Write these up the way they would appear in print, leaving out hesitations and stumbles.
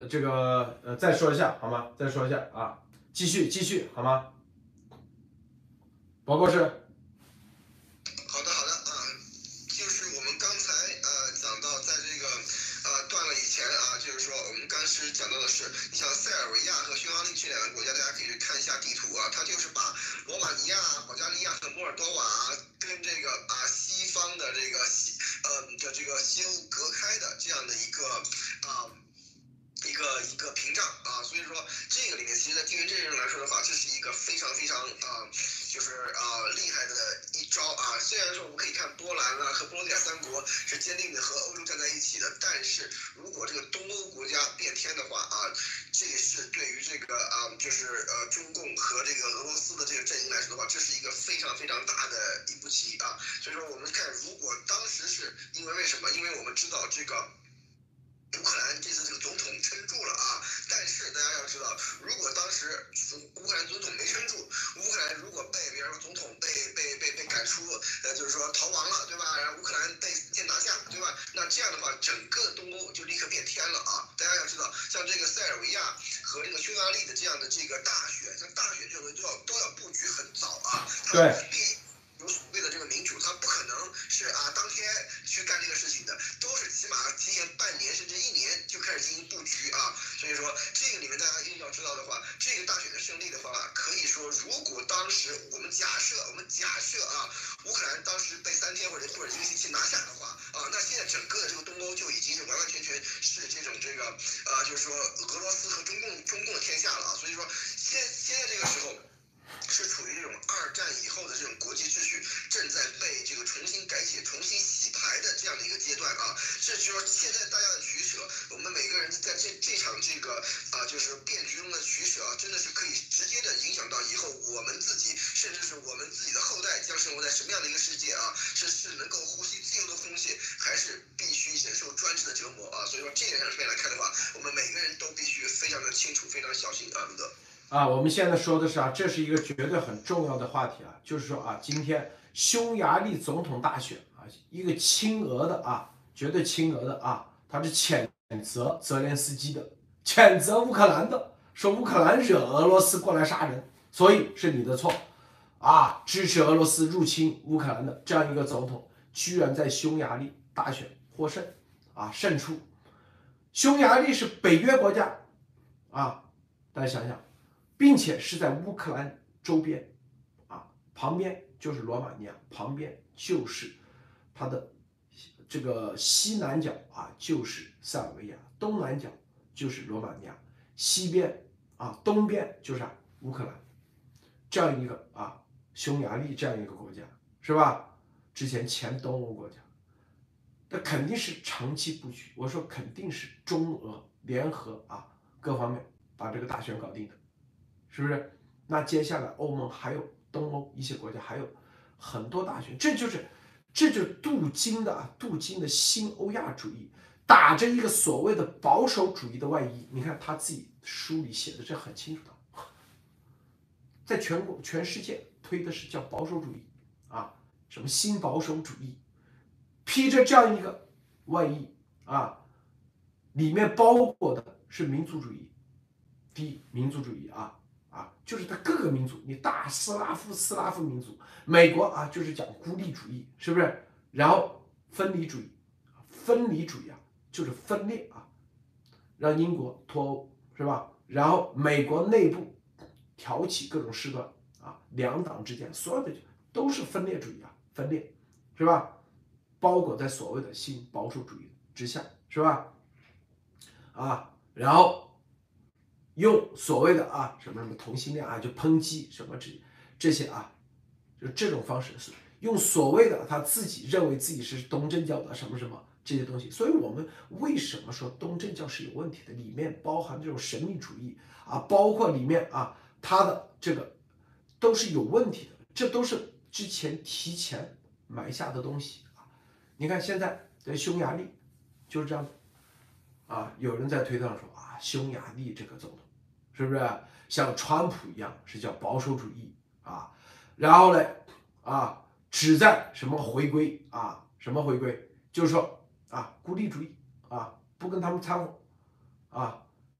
这个再说一下好吗？再说一下啊，继续好吗？包括是好的，好的啊，就是我们刚才讲到，在这个断了以前啊，就是说我们当时讲到的是，你像塞尔维亚和匈牙利这两个国家，大家可以去看一下地图啊，它就是把罗马尼亚、保加利亚和摩尔多瓦跟这个西方的这个西欧隔开的这样的一个啊。一个屏障啊，所以说这个里面，其实，在地缘政治上来说的话，这是一个非常非常就是厉害的一招啊。虽然说我们可以看波兰啊和波罗的海三国是坚定的和欧洲站在一起的，但是如果这个东欧国家变天的话啊，这个是对于这个就是中共和这个俄罗斯的这个阵营来说的话，这是一个非常非常大的一步棋啊。所以说我们看，如果当时是因为什么？因为我们知道这个。乌克兰这次这个总统撑住了啊，但是大家要知道，如果当时乌克兰总统没撑住，乌克兰如果被比如说总统被赶出，就是说逃亡了，对吧？然后乌克兰被先拿下，对吧？那这样的话，整个东欧就立刻变天了啊！大家要知道，像这个塞尔维亚和这个匈牙利的这样的这个大选，像大选这种东西都要布局很早啊，它对。 必有所谓的这个民主，它不可能是当天去干这个事情的，都是起码提前半年甚至1年就开始进行布局啊。所以说这个里面大家一定要知道的话，这个大选的胜利的话，可以说如果当时我们假设乌克兰当时被3天或者1个星期拿下的话啊，那现在整个的这个东欧就已经是完完全全是这个就是说俄罗斯和中共的天下了啊。所以说现在这个时候。是处于这种2战以后的这种国际秩序正在被这个重新改写、重新洗牌的这样的一个阶段啊。这就是说现在大家的取舍，我们每个人在这场这个就是变局中的取舍啊，真的是可以直接的影响到以后我们自己，甚至是我们自己的后代将生活在什么样的一个世界啊？是能够呼吸自由的空气，还是必须忍受专制的折磨啊？所以说这点上面来看的话，我们每个人都必须非常的清楚、非常小心啊，卢哥。 我们现在说的是这是一个绝对很重要的话题就是说今天匈牙利总统大选一个亲俄的绝对亲俄的他是谴责泽连斯基的，谴责乌克兰的，说乌克兰惹俄罗斯过来杀人，所以是你的错支持俄罗斯入侵乌克兰的这样一个总统，居然在匈牙利大选获胜胜出。匈牙利是北约国家大家想想。并且是在乌克兰周边旁边就是罗马尼亚，旁边就是它的这个西南角就是塞尔维亚，东南角就是罗马尼亚，西边东边就是乌克兰，这样一个匈牙利这样一个国家是吧？之前前东欧国家，那肯定是长期布局。我说肯定是中俄联合各方面把这个大选搞定的。是不是？那接下来欧盟还有东欧一些国家还有很多大选，这就是镀金的新欧亚主义，打着一个所谓的保守主义的外衣。你看他自己书里写的这很清楚的，在全世界推的是叫保守主义什么新保守主义，披着这样一个外衣里面包括的是民族主义。第一，民族主义就是它各个民族，你大斯拉夫民族，美国就是讲孤立主义，是不是？然后分离主义，就是分裂让英国脱欧，是吧？然后美国内部挑起各种事端两党之间所有的都是分裂主义分裂，是吧？包裹在所谓的新保守主义之下，是吧？然后用所谓的什么同性恋就抨击什么这些就这种方式是用所谓的他自己认为自己是东正教的什么这些东西。所以我们为什么说东正教是有问题的？里面包含这种神秘主义包括里面他的这个都是有问题的，这都是之前提前埋下的东西你看现在在匈牙利就是这样的有人在推特上说匈牙利这个总统是不是像川普一样是叫保守主义然后呢旨在什么回归什么回归，就是说孤立主义不跟他们掺和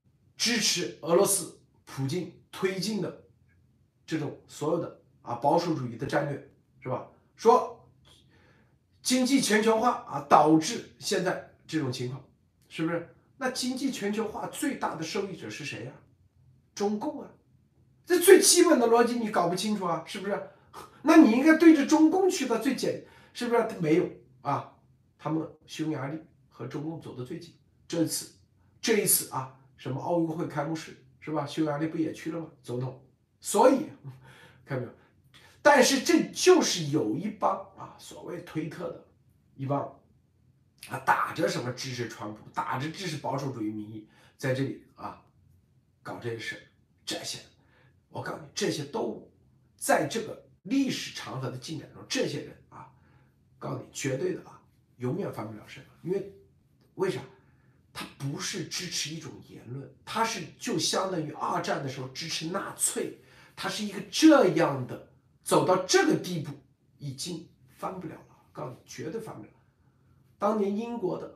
支持俄罗斯普京推进的这种所有的保守主义的战略，是吧？说经济全球化导致现在这种情况，是不是？那经济全球化最大的受益者是谁呀？中共啊！这最基本的逻辑你搞不清楚啊，是不是？那你应该对着中共去的最简，是不是？他没有啊，他们匈牙利和中共走得最近。这一次什么奥运会开幕式是吧？匈牙利不也去了吗？总统。所以看到没有？但是这就是有一帮所谓推特的一帮打着什么支持川普，打着支持保守主义名义，在这里搞这个事，这些我告诉你，这些都在这个历史长河的进展中，这些人告诉你绝对的永远翻不了身，因为啥？他不是支持一种言论，他是就相当于二战的时候支持纳粹，他是一个这样的走到这个地步，已经翻不了了，告诉你绝对翻不了。当年英国的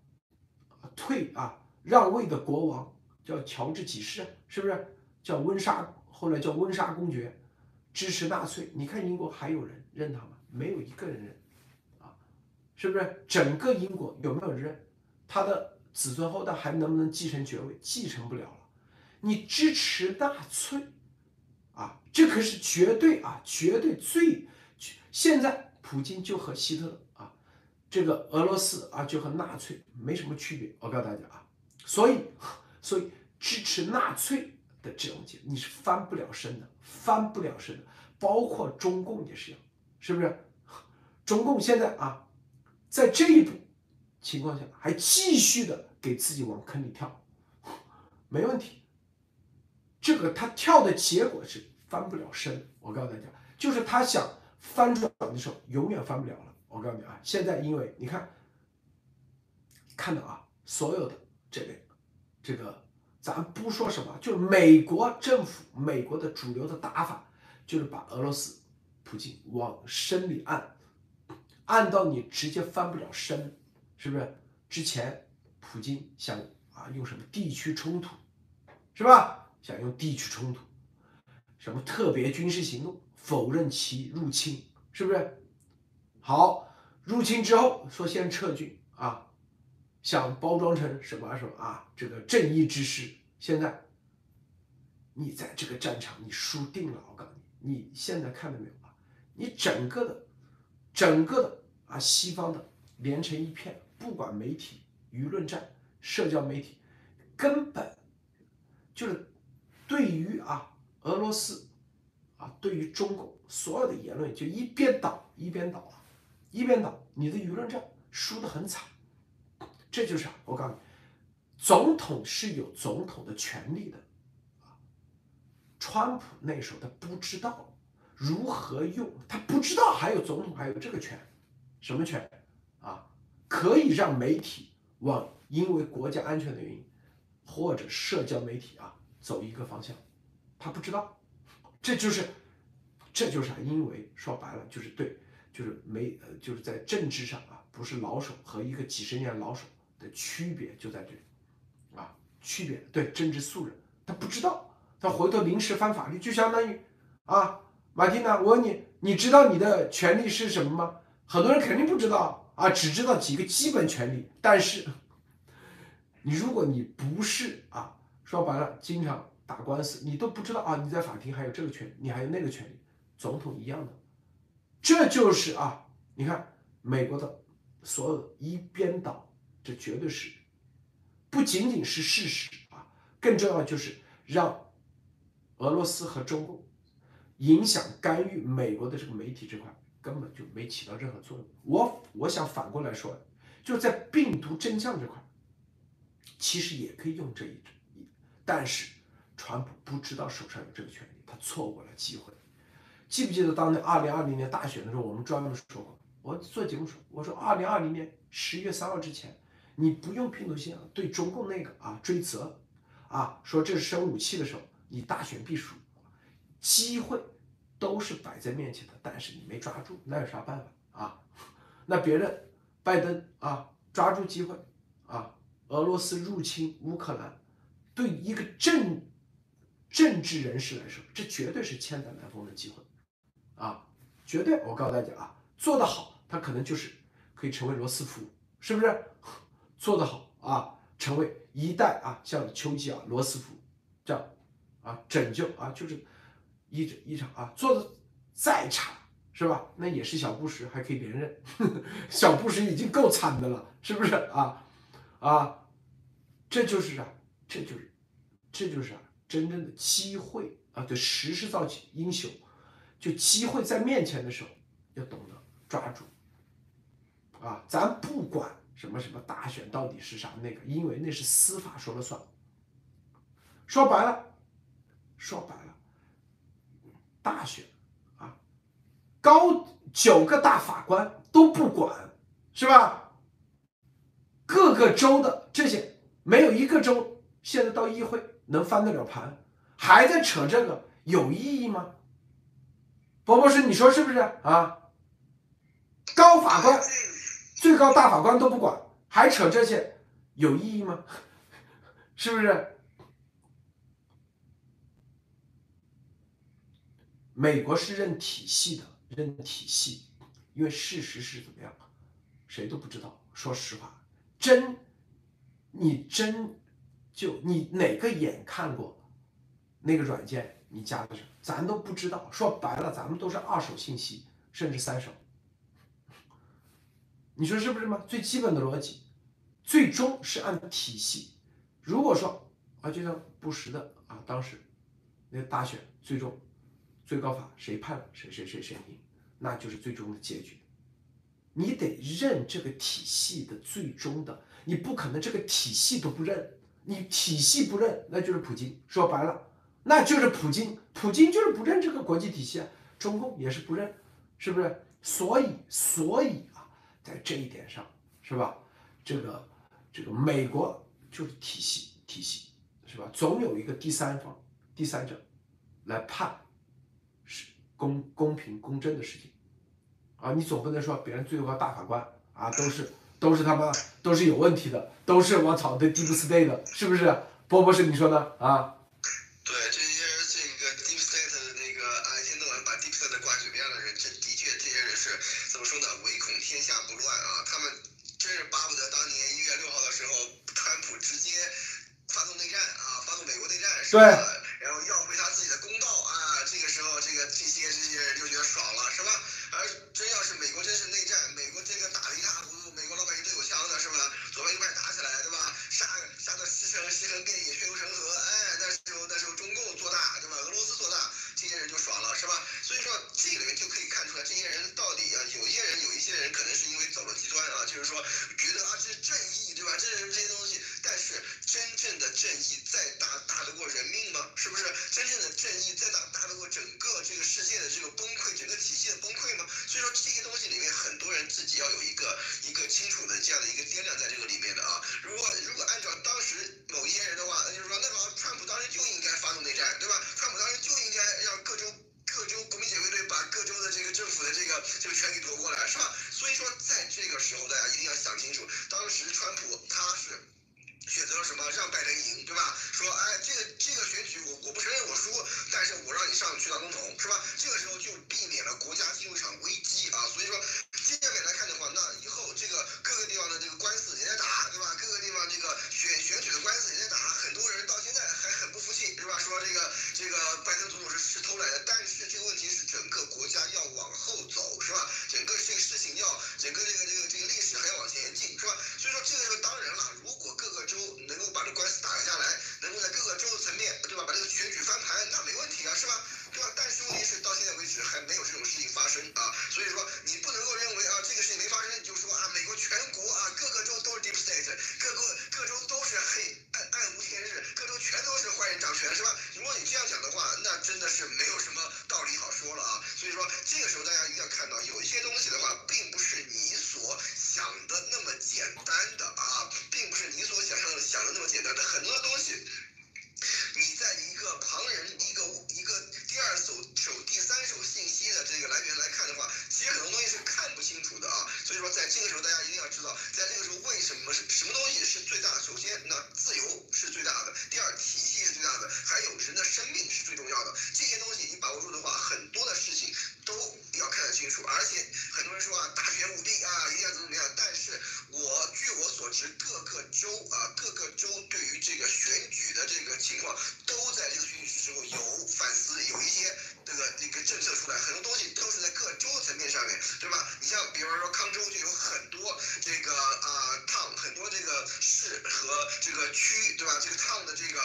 让位的国王叫乔治几世，是不是叫温莎？后来叫温莎公爵，支持纳粹。你看英国还有人认他吗？没有一个人认是不是？整个英国有没有人认？他的子孙后代还能不能继承爵位？继承不了了。你支持纳粹这可是绝对绝对最。现在普京就和希特勒这个俄罗斯就和纳粹没什么区别，我告诉大家所以支持纳粹的这种你是翻不了身的，翻不了身的，包括中共也是一样，是不是？中共现在在这一步情况下还继续的给自己往坑里跳，没问题。这个他跳的结果是翻不了身，我告诉大家，就是他想翻转的时候永远翻不了了。我告诉你现在因为你看到所有的这个咱不说什么，就是美国政府、美国的主流的打法，就是把俄罗斯普京往深里按到你直接翻不了身，是不是？之前普京想用什么地区冲突，是吧？想用地区冲突，什么特别军事行动，否认其入侵，是不是？好，入侵之后说先撤军想包装成什么这个正义之师。现在你在这个战场你输定了，我告诉你，你现在看到没有你整个的西方的连成一片，不管媒体、舆论战、社交媒体，根本就是对于俄罗斯对于中共所有的言论就一边倒，你的舆论战输得很惨。这就是我告诉你，总统是有总统的权利的川普那时候他不知道如何用，他不知道还有总统还有这个权，什么权可以让媒体因为国家安全的原因或者社交媒体走一个方向，他不知道。这就是因为说白了就是就是在政治上不是老手和一个几十年老手的区别就在这里区别对政治素人他不知道，他回头临时翻法律，就相当于马蒂娜，我问你，你知道你的权利是什么吗？很多人肯定不知道只知道几个基本权利，但是如果你不是说白了经常打官司，你都不知道你在法庭还有这个权利，你还有那个权利，总统一样的。这就是你看美国的所有的一边倒，这绝对是不仅仅是事实更重要就是让俄罗斯和中共影响干预美国的这个媒体这块根本就没起到任何作用。我想反过来说，就是在病毒真相这块，其实也可以用这一招，但是川普不知道手上有这个权利，他错过了机会。记不记得当年2020年大选的时候，我们专门说过，我做节目说，我说2020年11月3号之前，你不用拼头线对中共那个追责说这是生武器的时候，你大选必输，机会都是摆在面前的，但是你没抓住，那有啥办法那别人拜登抓住机会俄罗斯入侵乌克兰， 对一个政治人士来说，这绝对是千载难逢的机会啊！绝对，我告诉大家啊，做得好，他可能就是可以成为罗斯福，是不是？做得好啊，成为一代啊，像丘吉尔、罗斯福这样啊，拯救啊，就是一场啊，做的再差是吧？那也是小布什还可以连任，小布什已经够惨的了，是不是啊？啊，这就是啥？这就是啊，真正的机会啊！对，时势造起英雄，就机会在面前的时候，要懂得抓住啊！咱不管什么大选到底是啥那个，因为那是司法说了算。说白了，大选啊，9个大法官都不管，是吧？各个州的这些没有一个州现在到议会能翻得了盘，还在扯这个，有意义吗？伯伯师，你说是不是啊？高法官、最高大法官都不管，还扯这些，有意义吗？是不是？美国是认体系的，认体系，因为事实是怎么样，谁都不知道。说实话，你哪个眼看过那个软件你加的时候，咱都不知道。说白了，咱们都是2手信息，甚至3手。你说是不是吗？最基本的逻辑，最终是按体系。如果说啊，就像布什的啊，当时那个大选，最终最高法谁判了谁赢，那就是最终的结局。你得认这个体系的最终的，你不可能这个体系都不认，你体系不认，那就是普京。说白了，那就是普京就是不认这个国际体系啊，中共也是不认，是不是？所以啊，在这一点上，是吧？这个美国就是体系，是吧？总有一个第三者来判是公平公正的事情。啊，你总不能说别人最高大法官啊都是他妈都是有问题的，都是我操的 deep state 的，是不是？波波是你说的啊？ 对，这些这个 deep state 的那个一天到晚把 deep state 挂嘴边的人，的确这些人是怎么说呢？唯恐天下不乱啊！他们真是巴不得当年1月6号的时候，川普直接发动内战啊，发动美国内战，是吧？然后要回他自己的公道啊！这个时候，这些人就觉得爽了，是吧？而真要是美国真是内战，美国这个打得一塌糊涂，美国老百姓都有枪的，是吧？左派右派打起来，对吧？杀得尸横遍野，血流成河，哎，那时候中共做大，对吧？俄罗斯做大，这些人就爽了，是吧？所以说这里面就可以看出来，这些人到底啊，有一些人可能是因为走了极端啊，就是说觉得啊这是正义，对吧？这些东西，但是真正的正义再大得过人命吗？是不是？真正的正义再大得过整个这个世界的这个崩溃，整个体系的崩溃吗？所以说这些东西里面，很多人自己要有一个清楚的这样的一个掂量在这个里面的啊。如果按照当时某一些人的话，那就是说，那好，川普当时就应该发动内战，对吧？川普当时就应该让各州国民警卫队把各州的这个政府的这个权给夺过来，是吧？所以说，在这个时候，大家一定要想清楚，当时川普他是选择了什么？让拜登赢，对吧？说，哎，这个选举我不承认我输，但是我让你上去当总统，是吧？这个时候就避免了国家进入一场危机啊。所以说，接下来来看的话，那以后这个各个地方的这个官司也在打，对吧？各个地方这个选举的官司也在打，很多人到现在还很不服气，是吧？说这个拜登总统是偷来的，但是这个问题是整个国家要往后走，是吧？整个这个事情整个这个历史还要往前进，是吧？所以说这个时候当然了，如果各个州能够把这官司打下来，能够在各个州层面，对吧？把这个选举翻盘，那没问题啊，是吧？对吧？但是问题是到现在为止还没有这种事情发生啊，所以说你不能够认为啊这个事情没发生，你就说啊美国全国啊各个州都是 deep state，各州都是暗无天日，各州全都是坏人掌权，是吧？如果你这样讲的话，那真的是没有什么道理好说了啊。所以说这个时候大家一定要看到，有一些东西的话，并不是你所想的那么简单的啊，并不是你所想的那么简单的，很多的东西。你在一个旁人一个第二手第三手信息的这个来源来看的话，其实很多东西是看不清楚的啊。所以说在这个时候大家一定要知道，在这个时候为什么是什么东西是最大的？首先，那自由是最大的；第二，体情况都在这个选举之后有反思，有一些这个政策出来，很多东西都是在各州层面上面，对吧？你像比方说康州就有很多这个town，很多这个市和这个区，对吧？这个 town 的这个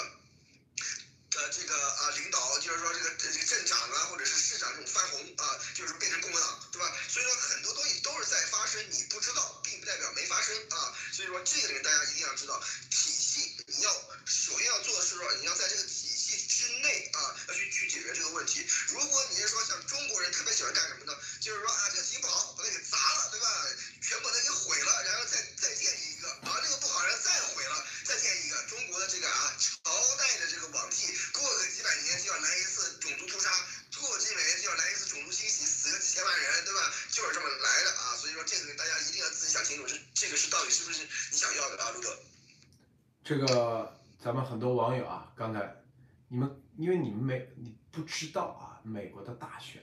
领导，就是说这个镇长啊，或者是市长这种翻红就是变成共和党，对吧？所以说很多东西都是在发生，你不知道，并不代表没发生所以说这个里面大家一定要知道，体系你要首先要做的是说，你要在这个体系之内要去解决这个问题。如果你是说像中国人特别喜欢干什么呢？就是说这个体系不好，把它给砸了，对吧？全把它给毁了，然后再建立一个，这个不好，然后再毁了，再建一个。中国的这个朝代的这个往替，过个几百年就要来一次种族屠杀，过个几百年就要来一次种族清洗，死个几千万人，对吧？就是这么来的所以说这个大家一定要自己想清楚，这个是到底是不是你想要的路德。 这个咱们很多网友刚才因为你不知道美国的大选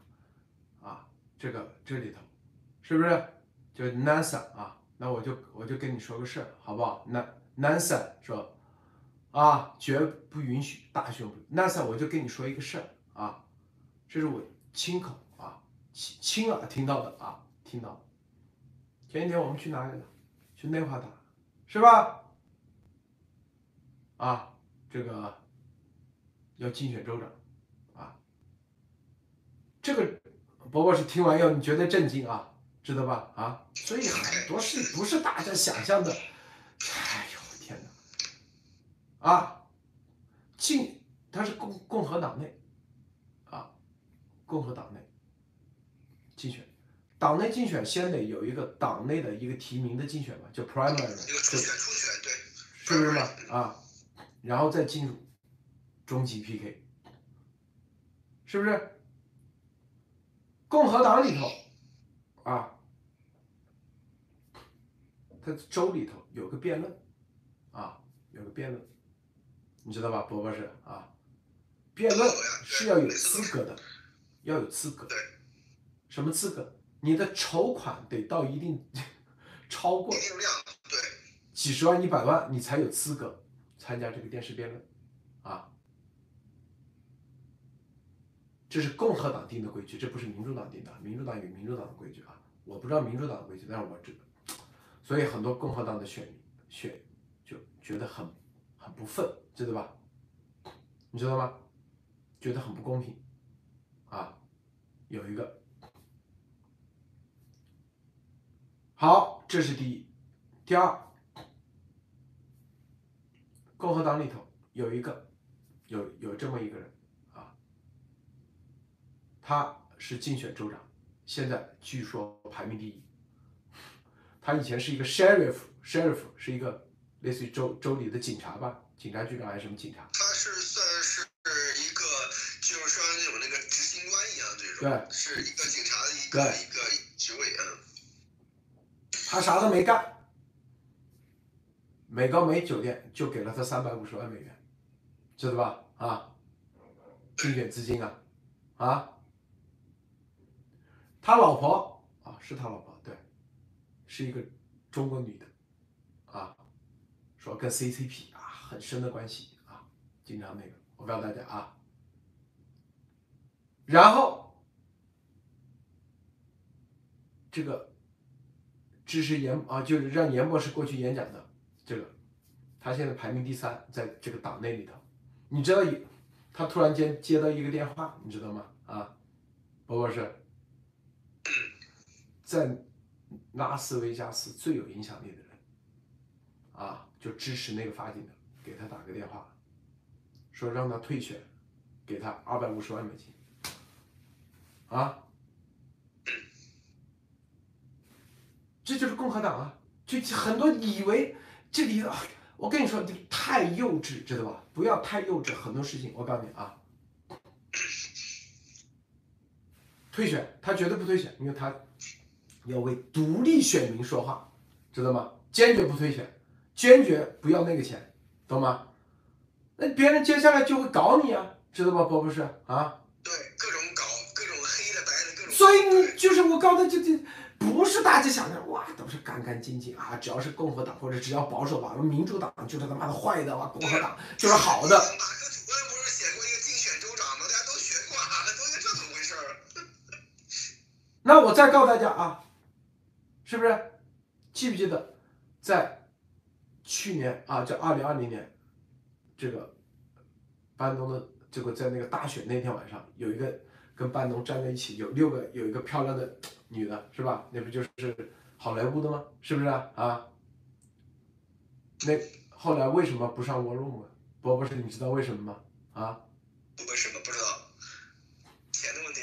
这里头是不是就 NASA 那我就跟你说个事儿，好不好？NASA 说绝不允许大选NASA 我就跟你说一个事儿这是我亲口亲耳听到的听到的。前几天我们去哪里了？去内华达，是吧？这个要竞选州长这个伯伯是听完以后你觉得震惊知道吧所以很多事不是大家想象的。哎呦天哪他是共和党内共和党内竞选，党内竞选先得有一个党内的一个提名的竞选嘛，叫 primary， 初选对， 是不是嘛然后再进入终极 PK， 是不是？共和党里头他州里头有个辩论有个辩论，你知道吧，伯伯是辩论是要有资格的，要有资格。什么资格？你的筹款得到一定超过几十万、100万，你才有资格参加这个电视辩论这是共和党定的规矩，这不是民主党定的。民主党有民主党的规矩我不知道民主党的规矩，但是我知道。所以很多共和党的选民就觉得很不忿，知道吧？你知道吗？觉得很不公平有一个好，这是第一。第二，共和党里头有这么一个人他是竞选州长，现在据说排名第一。他以前是一个 sheriff 是一个类似于州里的警察吧，警察局长还是什么警察？ 他是算是一个，就是说那种执行官一样这种。 对， 是一个警察的一个职位他啥都没干，美高梅酒店就给了他350万美元，知道吧？竞选资金他老婆是他老婆，对，是一个中国女的说跟 CCP 很深的关系经常那个，我告诉大家然后这个支持就是让严博士过去演讲的这个，他现在排名第3，在这个党内里头。你知道他突然间接到一个电话，你知道吗？伯伯是在拉斯维加斯最有影响力的人就支持那个法警的，给他打个电话，说让他退选，给他250万美金这就是共和党就很多以为这里我跟你说这太幼稚，知道吧？不要太幼稚，很多事情我告诉你退选他绝对不退选，因为他要为独立选民说话，知道吗？坚决不退选，坚决不要那个钱，懂吗？那别人接下来就会搞你知道吧，伯博士对，各种搞，各种黑的白的，各种。 所以你就是我告诉他，这不是大家想的都是干干净净啊，只要是共和党或者只要保守吧，民主党就是他妈的坏的，共和党就是好的。 马克吐温不是写过一个竞选州长吗？大家都学过啊，都应该知道怎么回事儿。 那我再告诉大家啊，是不是？记不记得在去年啊，在2020年，这个班农的这个在那个大选那天晚上，有一个跟班农站在一起，有一个漂亮的女的，是吧？那不就是好莱坞的吗？是不是啊？那后来为什么不上 War Room 啊？博士，你知道为什么吗？啊？ 为什么不知道？钱的问题。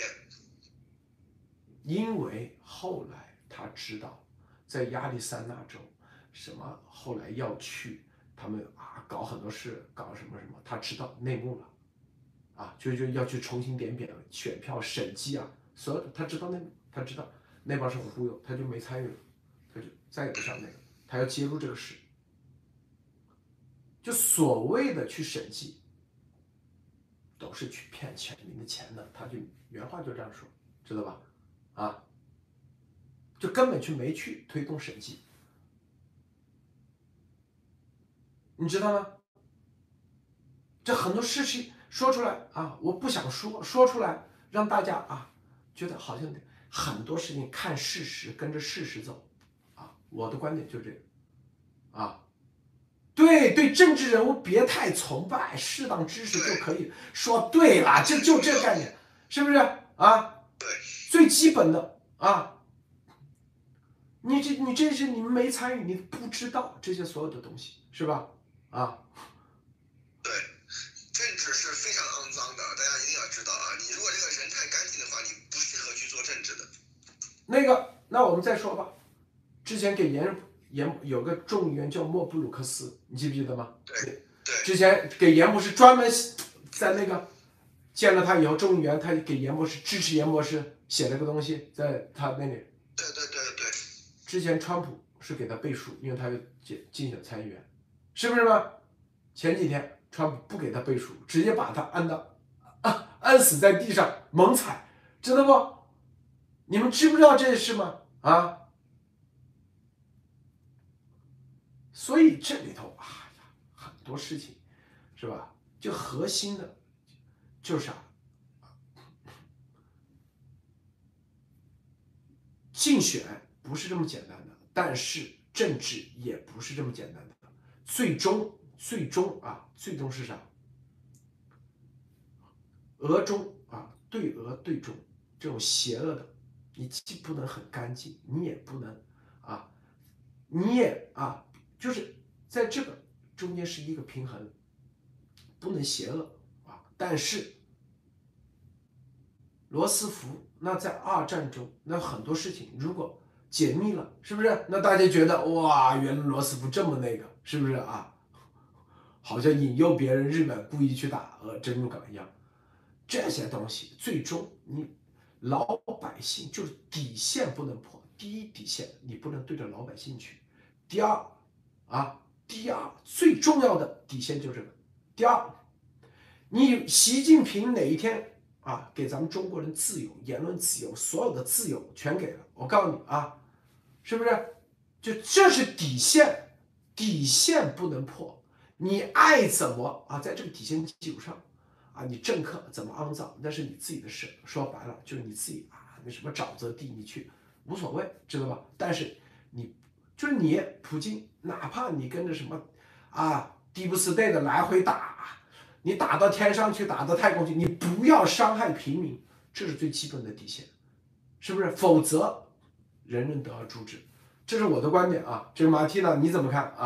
因为后来他知道，在亚利桑那州，什么后来要去他们啊搞很多事，搞什么，他知道内幕了，啊，就要去重新点选票审计啊，所有的他知道内幕，他知道那帮是忽悠，他就没参与了，他就再也不上那个，他要揭露这个事，就所谓的去审计，都是去骗选民的钱的，他就原话就这样说，知道吧？啊，就根本没去推动审计，你知道吗？这很多事情说出来啊，我不想说出来，让大家啊觉得好像很多事情看事实，跟着事实走，啊，我的观点就这个，啊，对政治人物别太崇拜，适当支持就可以。说对了，就这个概念，是不是啊？最基本的啊。你这些你们没参与，你不知道这些所有的东西，是吧？啊， 对，政治是非常肮脏的，大家一定要知道啊！你如果这个人太干净的话，你不适合去做政治的。 那我们再说吧。之前给有个众议员叫莫布鲁克斯，你记不记得吗？ 对。 之前给严博士专门在那个见了他以后，众议员他给严博士支持严博士写了个东西，在他那里。 对。 之前川普是给他背书，因为他是竞选参议员，是不是吗？前几天川普不给他背书，直接把他按死在地上猛踩，知道不？你们知不知道这事吗？啊？所以这里头很多事情，是吧？就核心的，就是啥？竞选不是这么简单的，但是政治也不是这么简单的，最终是啥？俄中啊，对俄对中这种邪恶的，你既不能很干净，你也不能就是在这个中间是一个平衡，不能邪恶啊。但是罗斯福那在二战中那很多事情如果解密了，是不是？那大家觉得哇，原来罗斯福这么那个，是不是啊？好像引诱别人日本故意去打珍珠港一样。这些东西最终你老百姓就是底线不能破。第一底线你不能对着老百姓去。第二最重要的底线就是这个。第二，你习近平哪一天给咱们中国人自由、言论自由、所有的自由全给了，我告诉你是不是？就这是底线，底线不能破。你爱怎么在这个底线基础上你政客怎么肮脏，那是你自己的事。说白了就是你自己那什么沼泽地你去无所谓，知道吧？但是你就是你普京，哪怕你跟着什么Deep State 的来回打，你打到天上去，打到太空去，你不要伤害平民，这是最基本的底线，是不是？否则人人得而诛之。这是我的观点这是马蒂娜，你怎么看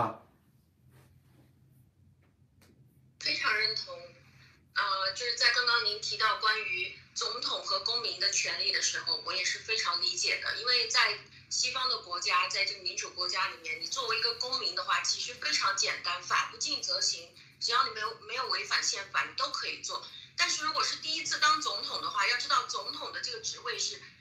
非常认同。就是在刚刚您提到关于总统和公民的权利的时候，我也是非常理解的。因为在西方的国家，在这个民主国家里面，你作为一个公民的话，其实非常简单，法不进则行，只要你没有违反宪法，你都可以做。但是如果是第一次当总统的话，要知道总统的这个职位是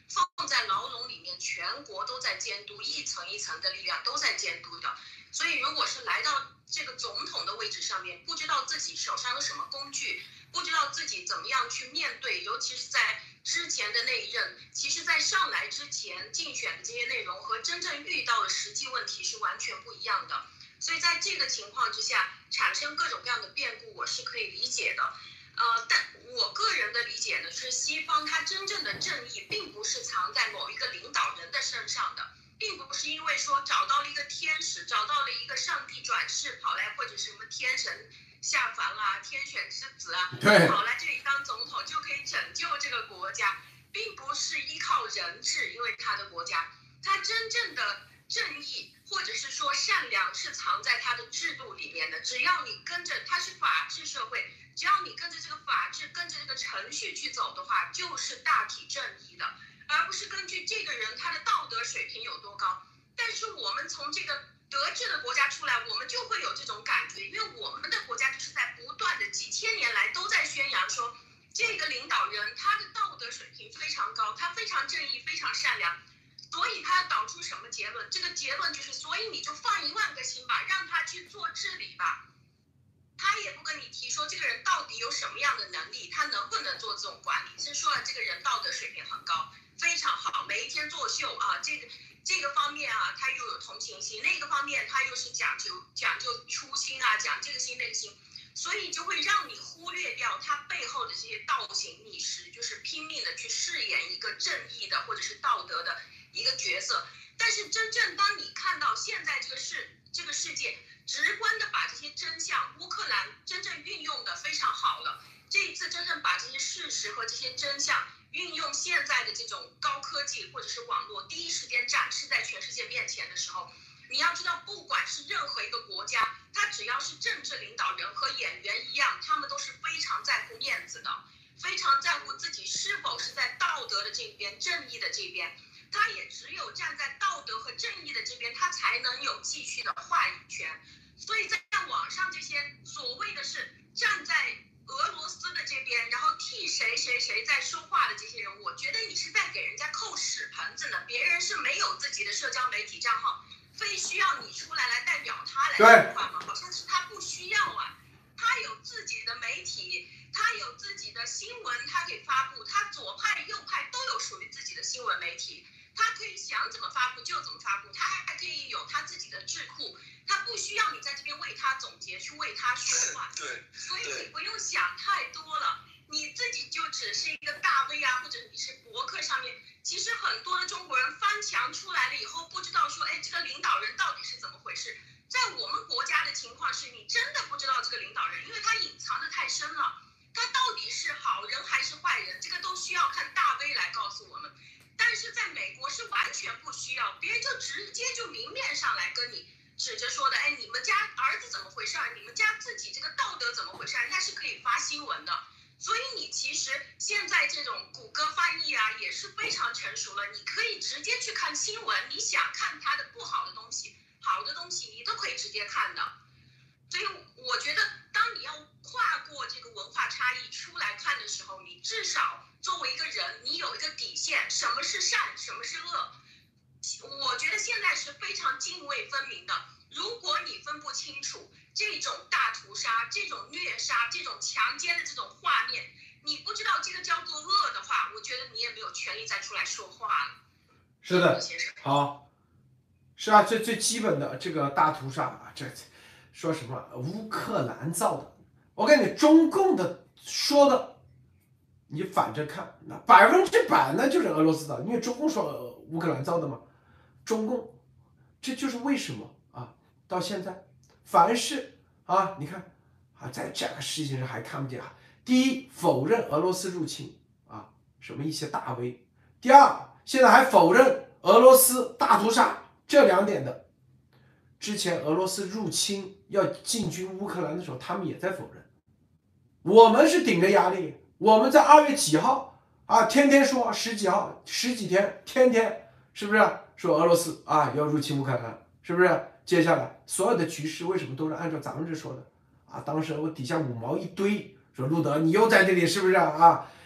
放在牢笼里面，全国都在监督，一层一层的力量都在监督的。所以如果是来到这个总统的位置上面，不知道自己手上有什么工具，不知道自己怎么样去面对，尤其是在之前的那一任，其实在上来之前竞选的这些内容和真正遇到的实际问题是完全不一样的。所以在这个情况之下产生各种各样的变故，我是可以理解的。但我个人的理解呢，是西方它真正的正义并不是藏在某一个领导人的身上的，并不是因为说找到了一个天使，找到了一个上帝转世跑来，或者什么天神下凡啊，天选之子啊，跑来这里当总统就可以拯救这个国家，并不是依靠人治，因为他的国家，他真正的正义或者是说善良是藏在他的制度里面的。只要你跟着，它是法治社会，只要你跟着这个法治，跟着这个程序去走的话，就是大体正义的，而不是根据这个人他的道德水平有多高。但是我们从这个德治的国家出来，我们就会有这种感觉，因为我们的国家就是在不断的几千年来都在宣扬说，这个领导人他的道德水平非常高，他非常正义，非常善良。所以他要导出什么结论？这个结论就是，所以你就放10000个心吧，让他去做治理吧。他也不跟你提说这个人到底有什么样的能力，他能不能做这种管理。是说这个人道德水平很高，非常好，每一天作秀啊，这个方面啊，他又有同情心；那个方面他又是讲究初心啊，讲这个心那个心。所以就会让你忽略掉他背后的这些倒行逆施，就是拼命的去饰演一个正义的或者是道德的一个角色。但是真正当你看到现在这个世界直观的把这些真相，乌克兰真正运用的非常好了，这一次真正把这些事实和这些真相运用现在的这种高科技或者是网络，第一时间展示在全世界面前的时候，你要知道，不管是任何一个国家，他只要是政治领导人和演员一样，他们都是非常在乎面子的，非常在乎自己是否是在道德的这边、正义的这边。他也只有站在道德和正义的这边，他才能有继续的话语权。所以在网上这些所谓的是站在俄罗斯的这边，然后替谁在说话的这些人，我觉得你是在给人家扣屎盆子呢。别人是没有自己的社交媒体账号，非需要你出来代表他来说话吗？好像是他不需要啊，他有自己的媒体，他有自己的新闻，他可以发布，他左派右派都有属于自己的新闻媒体，他可以想怎么发布就怎么发布，他还可以有他自己的智库，他不需要你在这边为他总结，去为他说话。 对， 所以你不用想太多了，你自己就只是一个大 V 啊，或者你是博客上面，其实很多的中国人翻墙出来了以后，不知道说，哎，这个领导人到底是怎么回事。在我们国家的情况是，你真的不知道这个领导人，因为他隐藏的太深了，他到底是好人还是坏人，这个都需要看大 V 来告诉我们。但是在美国是完全不需要，别人就直接就明面上来跟你指着说的，哎，你们家儿子怎么回事，你们家自己这个道德怎么回事，人家是可以发新闻的。所以你其实现在这种谷歌翻译啊也是非常成熟了，你可以直接去看新闻，你想看它的不好的东西，好的东西你都可以直接看的。所以我觉得当你要跨过这个文化差异出来看的时候，你至少作为一个人，你有一个底线，什么是善，什么是恶。我觉得现在是非常泾渭分明的。如果你分不清楚这种大屠杀、这种虐杀、这种强奸的这种画面，你不知道这个叫做恶的话，我觉得你也没有权利再出来说话了。 是的，好，是啊，最基本的这个大屠杀啊，这说什么乌克兰造的？我跟你中共的说的，你反着看，那100%那就是俄罗斯的，因为中共说乌克兰造的嘛。中共，这就是为什么啊？到现在，凡是啊，你看啊，在这个事情上还看不见啊。第一，否认俄罗斯入侵啊，什么一些大 V；第二，现在还否认俄罗斯大屠杀，这2点的。之前俄罗斯入侵要进军乌克兰的时候，他们也在否认。我们是顶着压力，我们在2月几号啊，天天说10几号、10几天，天天是不是说俄罗斯啊要入侵乌克兰？是不是？接下来所有的局势为什么都是按照咱们这说的啊？当时我底下5毛一堆，说路德你又在这里是不是啊？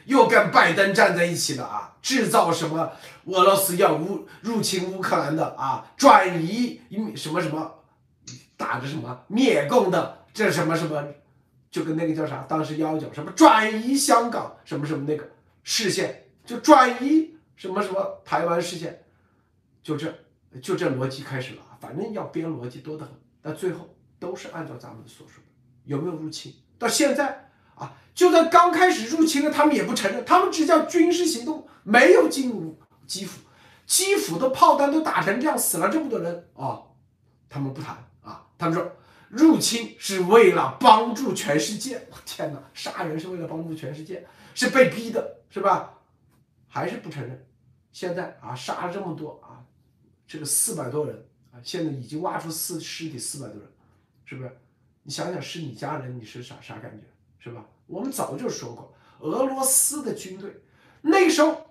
又跟拜登站在一起了啊，制造什么俄罗斯要入侵乌克兰的啊，转移什么什么，打着什么灭共的这什么什么，就跟那个叫啥，当时119什么转移香港什么什么那个视线，就转移什么什么台湾视线，就这逻辑开始了，反正要编逻辑多得很，但最后都是按照咱们所说的，有没有入侵？到现在啊，就算刚开始入侵了，他们也不承认，他们只叫军事行动，没有进入基辅，基辅的炮弹都打成这样，死了这么多人啊，他们不谈啊，他们说入侵是为了帮助全世界，我天哪，杀人是为了帮助全世界，是被逼的，是吧？还是不承认。现在啊，杀了这么多啊，这个400多人啊，现在已经挖出尸体400多人，是不是？你想想，是你家人，你是啥感觉，是吧？我们早就说过，俄罗斯的军队那时候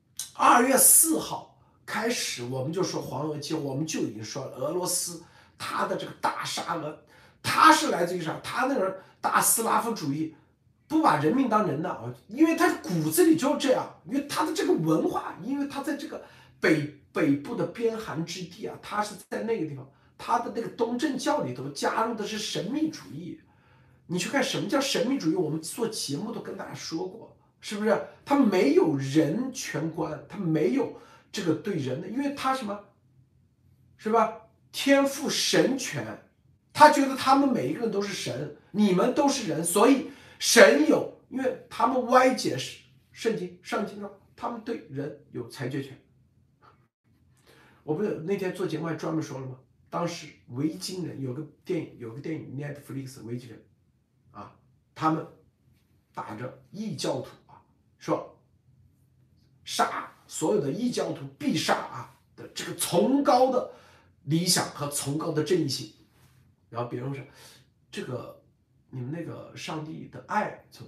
2月4号开始，我们就说黄俄计划，我们就已经说了，俄罗斯他的这个大杀戮，他是来自于啥？他那种大斯拉夫主义，不把人命当人的啊，因为他骨子里就这样，因为他的这个文化，因为他在这个北部的边寒之地啊，他是在那个地方，他的那个东正教里头加入的是神秘主义。你去看什么叫神秘主义，我们做节目都跟大家说过，是不是？他没有人权观，他没有这个对人的，因为他什么，是吧？天赋神权，他觉得他们每一个人都是神，你们都是人，所以神有，因为他们歪解圣经，上经说他们对人有裁决权。我不是那天做节目还专门说了吗？当时维京人有个电影 Netflix 维京人啊，他们打着异教徒啊，说杀所有的异教徒必杀啊的这个崇高的理想和崇高的正义性。然后别人说这个你们那个上帝的爱从哪？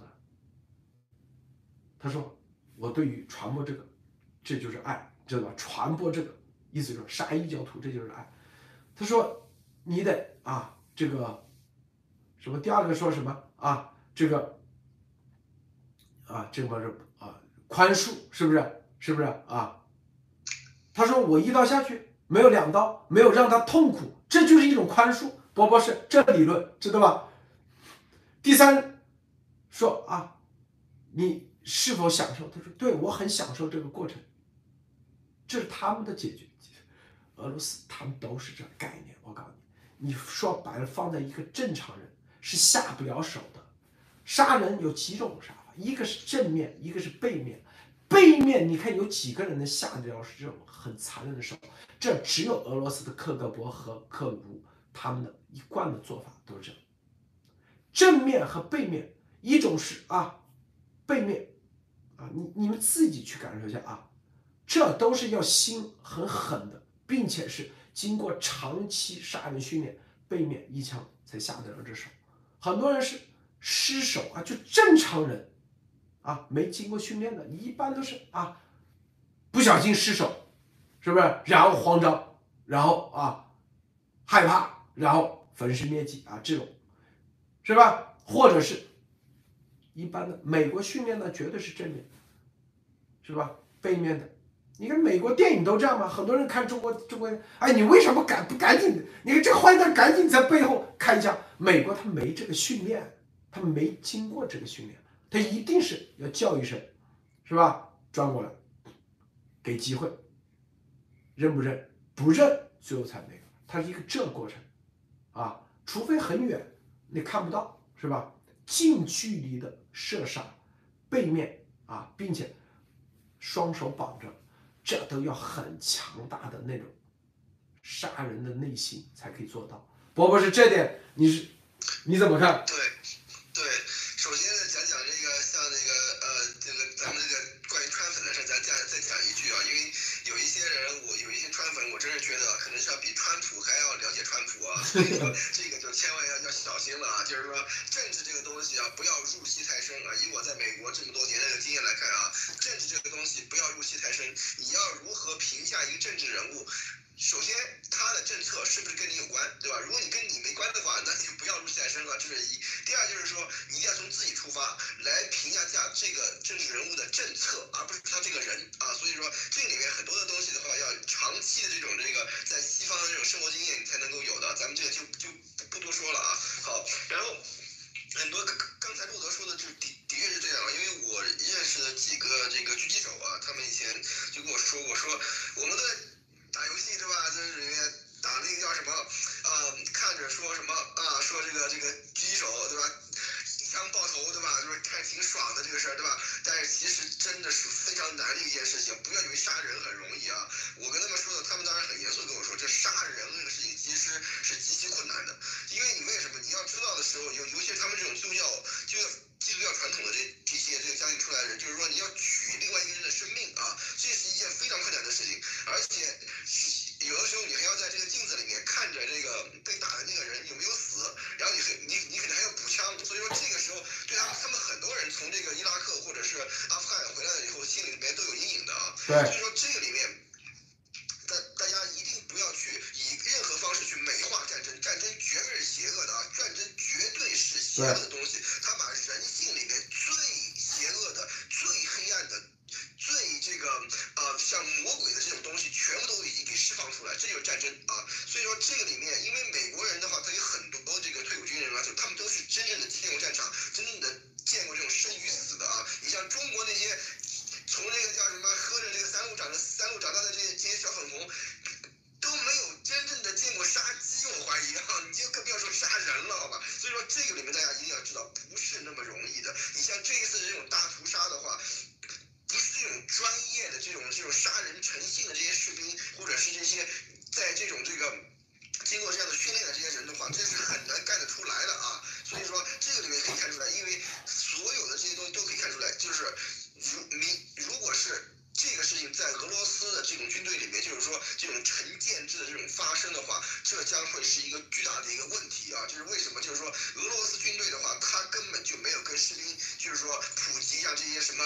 他说我对于传播这个，这就是爱，知道吧？传播这个意思就是杀异教徒，这就是爱。他说你得啊这个什么，第二个说什么啊这个啊这个是啊宽恕，是不是啊？他说我1刀下去，没有2刀，没有让他痛苦，这就是一种宽恕。波波是这理论，知道吧？第三说啊，你是否享受？他说对，我很享受这个过程，这是他们的解决。俄罗斯他们都是这概念，我告诉你，你说白了，放在一个正常人是下不了手的。杀人有几种杀法，一个是正面，一个是背面。背面你看有几个人能下得了这种很残忍的手？这只有俄罗斯的克格勃和克鲁卢他们的一贯的做法都是这样。正面和背面，一种是啊背面啊，你们自己去感受一下啊，这都是要心很狠的，并且是经过长期杀人训练，背面一枪才下得了这手。很多人是失手啊，就正常人啊，没经过训练的，一般都是啊不小心失手，是不是？然后慌张，然后啊害怕，然后焚尸灭迹啊，这种是吧？或者是一般的美国训练的绝对是正面，是吧？背面的，你看美国电影都这样吗？很多人看中国，哎，你为什么不赶紧？你看这个坏蛋赶紧在背后开一枪。美国他没这个训练，他没经过这个训练，他一定是要叫一声，是吧？转过来，给机会，认不认？不认，最后才那个，它是一个这过程啊，除非很远，你看不到，是吧？近距离的射杀，背面啊，并且双手绑着，这都要很强大的那种杀人的内心才可以做到。伯伯是这点，你怎么看？ 对，首先呢，讲这个像这个咱们这个关于川粉的事，咱再讲一句啊，因为有一些人，有一些川粉，我真是觉得可能是要比川普还要了解川普啊，所以说这个就千万要小心了啊，就是说政治这个东西啊，不要入戏太深啊。以我在美国这么多年的经验来看啊，政治这个东西不要入戏太深，你要如何评价一个政治人物？首先，他的政策是不是跟你有关，对吧？如果你跟你没关的话，那就不要入戏太深了，这是一。第二就是说，你一定要从自己出发来评价这个政治人物的政策，而不是他这个人啊。所以说这里面很多的东西的话，要长期的这种在西方的这种生活经验你才能够有的，咱们这个就不多说了啊。好，然后很多刚才路德说的就的确是这样，因为我认识的几个这个狙击手啊，他们以前就跟我说过，说我们都在打游戏对吧，在里面打那个叫什么看着说什么说这个狙击手对吧，一枪爆头对吧，就是看挺爽的这个事儿对吧，但是其实真的是非常难的一件事情，不要以为杀人很容易啊。我跟他们说的，他们当然很严肃跟我说，这杀人这个事情其实是极其困难的，因为你为什么你要知道的时候，尤其是他们这种基督教传统的这些这个家庭出来的人，就是说你要取另外一个人的生命啊，这是一件非常困难的事情，而且有的时候你还要在这个镜子里面看着这个被打的那个人有没有死，然后你可能还要补枪，所以说这个时候对他们很多人从这个伊拉克或者是阿富汗回来了以后，心里面都有阴影的啊。 对， 所以说这个里面。大家一定不要去以任何方式去美化战争，战争绝对是邪恶的啊！战争绝对是邪恶的东西，它把人性里面最邪恶的、最黑暗的、最像魔鬼的这种东西，全部都已经给释放出来，这就是战争啊！所以说这个里面，因为美国人的话，他有很多这个退伍军人啊，就他们都是真正的见过战场，真正的见过这种生与死的啊！你像中国那些。从这个叫什么喝着这个三鹿长大的这些小粉红，都没有真正的见过杀鸡，我怀疑啊，你就更不要说杀人了，好吧？所以说这个里面大家一定要知道，不是那么容易的。你像这一次这种大屠杀的话，不是这种专业的这种杀人成性的这些士兵，或者是这些在这种经过这样的训练的这些人的话，这是很难干得出来的啊。所以说这个里面可以看出来，因为所有的这些东西都可以看出来，就是如果是这个事情在俄罗斯的这种军队里面，就是说这种成建制的这种发生的话，这将会是一个巨大的一个问题啊！就是为什么？就是说俄罗斯军队的话，他根本就没有跟士兵，就是说普及像这些什么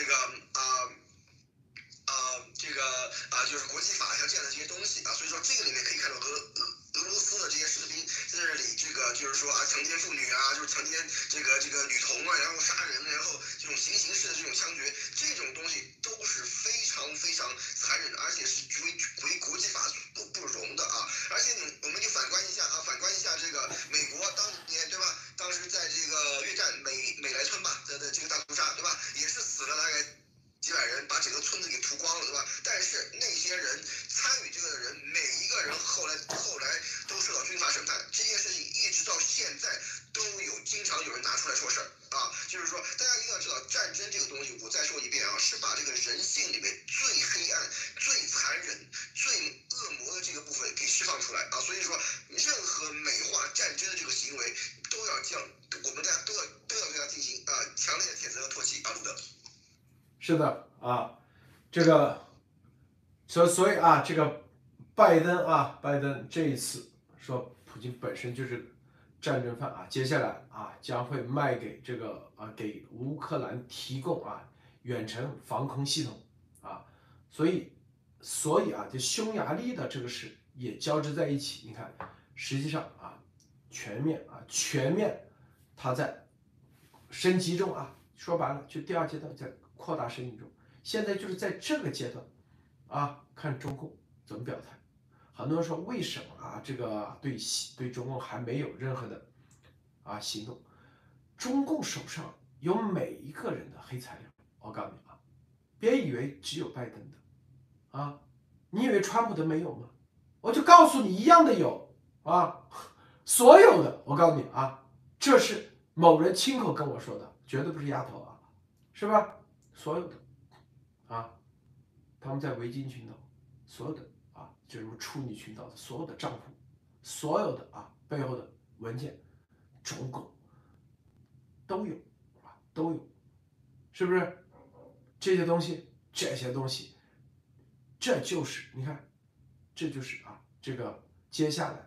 就是国际法像这样的这些东西啊，所以说这个里面可以看到俄罗斯的这些士兵在这里就是说强奸妇女啊，就是强奸这个女童啊，然后杀人，然后这种行刑式的这种枪决，这种东西都是非常非常残忍的，而且是为国际法所不容的啊！而且我们就反观一下这个美国当年对吧？当时在这个越战美莱村吧的这个大屠杀对吧？也是死了大概几百人，把整个村子给屠光了，对吧？但是那些人参与这个的人，每一个人后来都受到军法审判。这件事情一直到现在都经常有人拿出来说事儿啊，就是说大家一定要知道，战争这个东西，我再说一遍啊，是把这个人性里面最黑暗、最残忍、最恶魔的这个部分给释放出来啊。所以说，任何美化战争的这个行为，都要我们大家都要对它进行强烈的谴责和唾弃啊，路德。 是的啊，这个，所以啊，这个拜登这一次说普京本身就是战争犯啊，接下来啊将会卖给给乌克兰提供远程防空系统啊，所以啊，这匈牙利的这个事也交织在一起。你看，实际上全面，它在升级中啊，说白了就第二阶段在扩大升级中，现在就是在这个阶段看中共怎么表态。很多人说为什么这个对中共还没有任何的行动？中共手上有每一个人的黑材料，我告诉你别以为只有拜登的你以为川普的没有吗？我就告诉你一样的有所有的，我告诉你这是某人亲口跟我说的，绝对不是丫头是吧？所有的他们在维京群岛，所有的就什么处女群岛的所有的账户，所有的背后的文件，中共都有是不是？这些东西，这就是你看，这就是这个接下来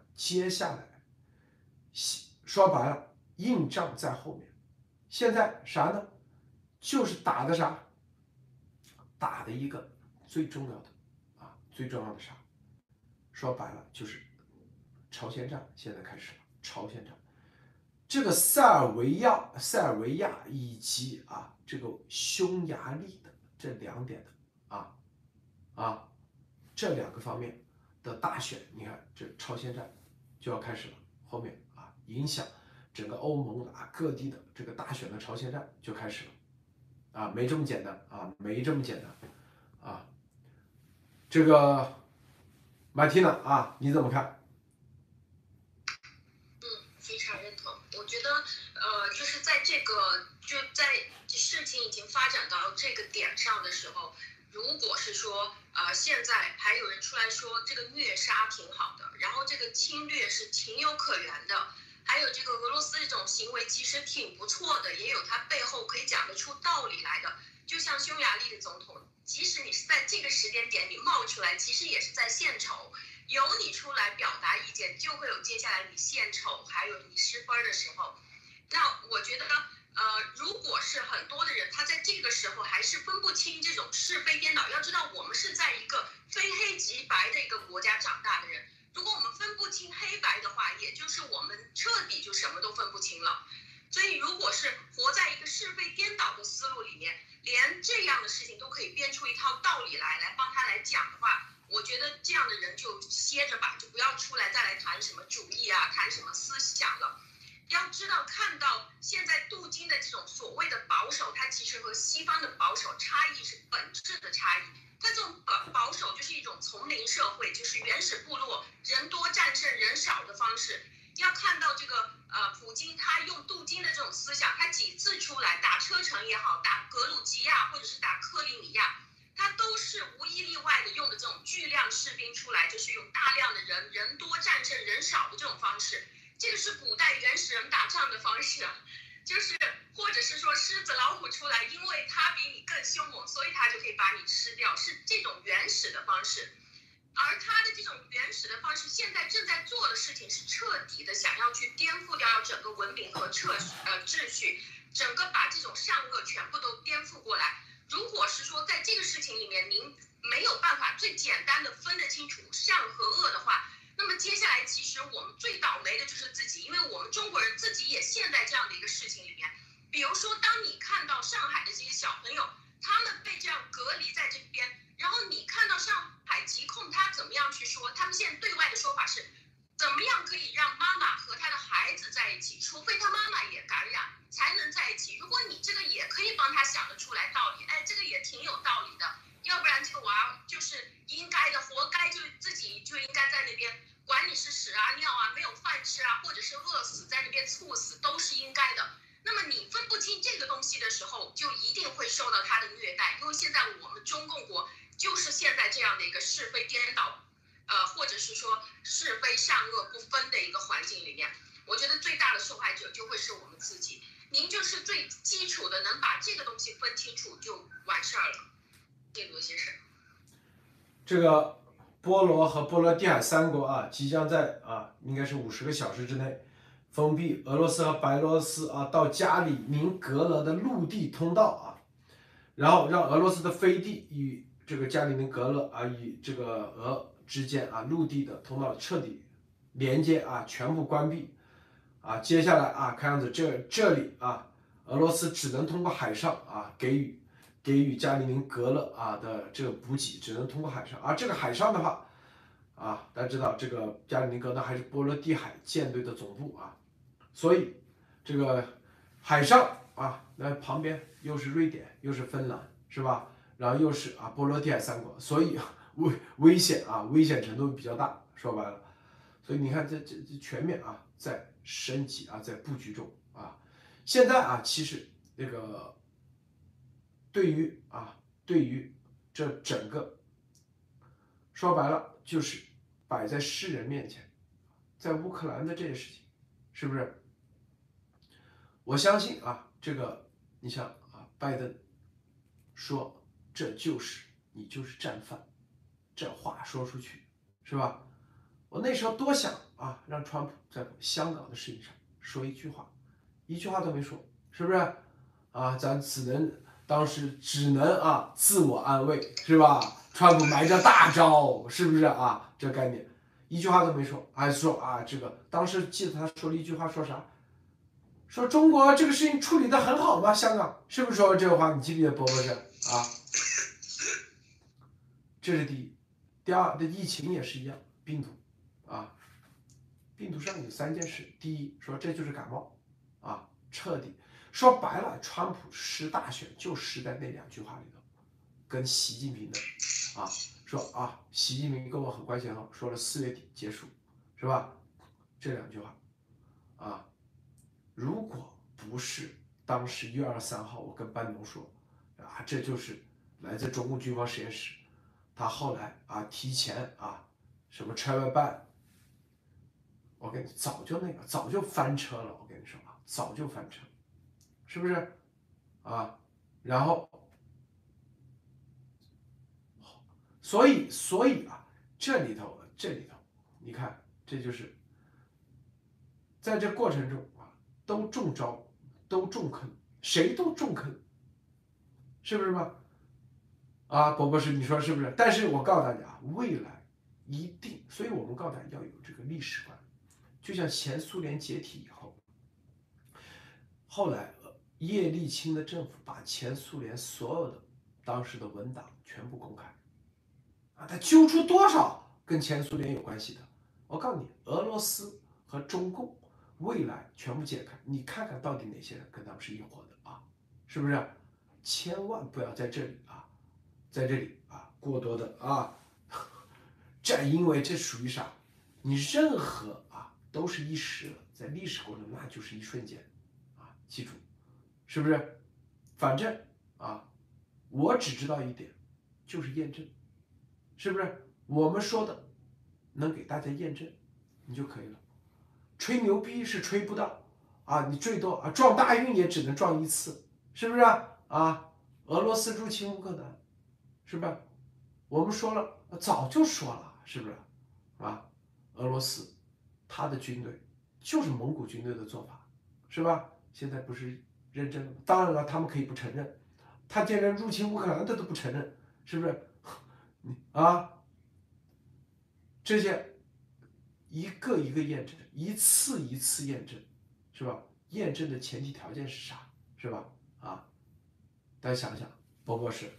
说白了，硬仗在后面。现在啥呢？就是打的一个最重要的啥？说白了就是朝鲜战，现在开始了。朝鲜战， 这个塞尔维亚以及这个匈牙利的这两点的这两个方面的大选，你看这超限战就要开始了，后面影响整个欧盟的各地的这个大选的超限战就开始了没这么简单没这么简单这个马蒂娜你怎么看？ 非常认同。我觉得就是在在事情已经发展到这个点上的时候，如果是说现在还有人出来说这个虐杀挺好的，然后这个侵略是情有可原的，还有这个俄罗斯这种行为其实挺不错的，也有它背后可以讲得出道理来的。就像匈牙利的总统，即使你是在这个时间点你冒出来，其实也是在献丑。有你出来表达意见，就会有接下来你献丑，还有你失分的时候。那我觉得如果是很多的人他在这个时候还是分不清这种是非颠倒，要知道我们是在一个非黑即白的一个国家长大的人，如果我们分不清黑白的话，也就是我们彻底就什么都分不清了。所以如果是活在一个是非颠倒的思路里面，连这样的事情都可以编出一套道理来帮他来讲的话，我觉得这样的人就歇着吧，就不要出来再来谈什么主义谈什么思想了。要知道，看到现在镀金的这种所谓的保守，它其实和西方的保守差异是本质的差异。它这种保守就是一种丛林社会，就是原始部落人多战胜人少的方式。要看到这个普京他用镀金的这种思想，他几次出来打车臣也好，打格鲁吉亚或者是打克里米亚，他都是无一例外的用的这种巨量士兵出来，就是用大量的人多战胜人少的这种方式。这个是古代原始人打仗的方式就是或者是说狮子老虎出来，因为他比你更凶猛，所以他就可以把你吃掉，是这种原始的方式。而他的这种原始的方式，现在正在做的事情是彻底的想要去颠覆掉整个文明和秩序，整个把这种善恶全部都颠覆过来。如果是说在这个事情里面您没有办法最简单的分得清楚善和恶的话，那么接下来其实我们最倒霉的就是自己，因为我们中国人自己也陷在这样的一个事情里面。比如说当你看到上海的这些小朋友，他们被这样隔离在这边，然后你看到上海疾控他怎么样去说，他们现在对外的说法是怎么样可以让妈妈和他的孩子在一起，除非他妈妈也感染才能在一起。如果你这个也可以帮他想得出来道理，这个也挺有道理的，要不然这个娃就是应该的，活该，就自己就应该在那边，管你是屎尿没有饭吃或者是饿死在那边猝死，都是应该的。那么你分不清这个东西的时候，就一定会受到他的虐待，因为现在我们中共国就是现在这样的一个是非颠倒，或者是说是非善恶不分的一个环境里面，我觉得最大的受害者就会是我们自己。您就是最基础的能把这个东西分清楚就完事儿了。谢罗先生， 这个波罗和波罗的海三国即将在应该是50个小时之内封闭俄罗斯和白俄罗斯到加里宁格勒的陆地通道然后让俄罗斯的飞地与这个加里宁格勒与这个俄之间陆地的通道彻底连接全部关闭接下来看样子这里俄罗斯只能通过海上给予加里宁格勒的这个补给，只能通过海上这个海上的话大家知道这个加里宁格勒还是波罗的海舰队的总部所以这个海上那旁边又是瑞典又是芬兰是吧？然后又是波罗的海三国，所以危险程度比较大，说白了。所以你看这全面在升级在布局中现在其实那个对于这整个说白了就是摆在世人面前，在乌克兰的这些事情，是不是？我相信这个你像拜登说你就是战犯，这话说出去是吧？我那时候多想让川普在香港的事情上说一句话都没说，是不是？咱当时只能自我安慰，是吧？川普埋着大招，是不是这概念一句话都没说，还说这个当时记得他说了一句话，说啥？ 说中国这个事情处理得很好吧？香港是不是说这个话？你记不记得伯伯是啊？这是第一，第二，这疫情也是一样，病毒啊，病毒上有3件事，第一说这就是感冒啊，彻底说白了，川普失大选就失在那2句话里头，跟习近平的啊说啊，习近平跟我很关系很好，说了4月底结束，是吧？这2句话啊，如果不是当时1月23号我跟班农说啊，这就是来自中共军方实验室，他后来啊提前啊什么拆外办，我跟你早就翻车了，我跟你说啊，早就翻车，是不是啊？然后所以啊，这里头，你看，这就是在这过程中啊，都中招，都中坑，谁都中坑，是不是吗？啊，伯伯是你说是不是？但是我告诉大家，未来一定，所以我们告诉大家要有这个历史观，就像前苏联解体以后，后来叶利钦的政府把前苏联所有的当时的文档全部公开。啊，他揪出多少跟前苏联有关系的？我告诉你，俄罗斯和中共未来全部解开，你看看到底哪些人跟他们是一伙的啊？是不是？千万不要在这里啊，过多的啊，因为这属于啥？你任何啊都是一时的，在历史过程那就是一瞬间啊，记住，是不是？反正啊，我只知道一点，就是验证。是不是我们说的能给大家验证，你就可以了。吹牛逼是吹不到啊，你最多啊撞大运也只能撞1次，是不是啊？俄罗斯入侵乌克兰，是吧？我们说了，早就说了，是不是啊？俄罗斯他的军队就是蒙古军队的做法，是吧？现在不是认真了吗？当然了，他们可以不承认，他竟然入侵乌克兰，他都不承认，是不是？啊，这些一个一个验证，一次一次验证，是吧？验证的前提条件是啥？是吧？啊，大家想想，伯伯是。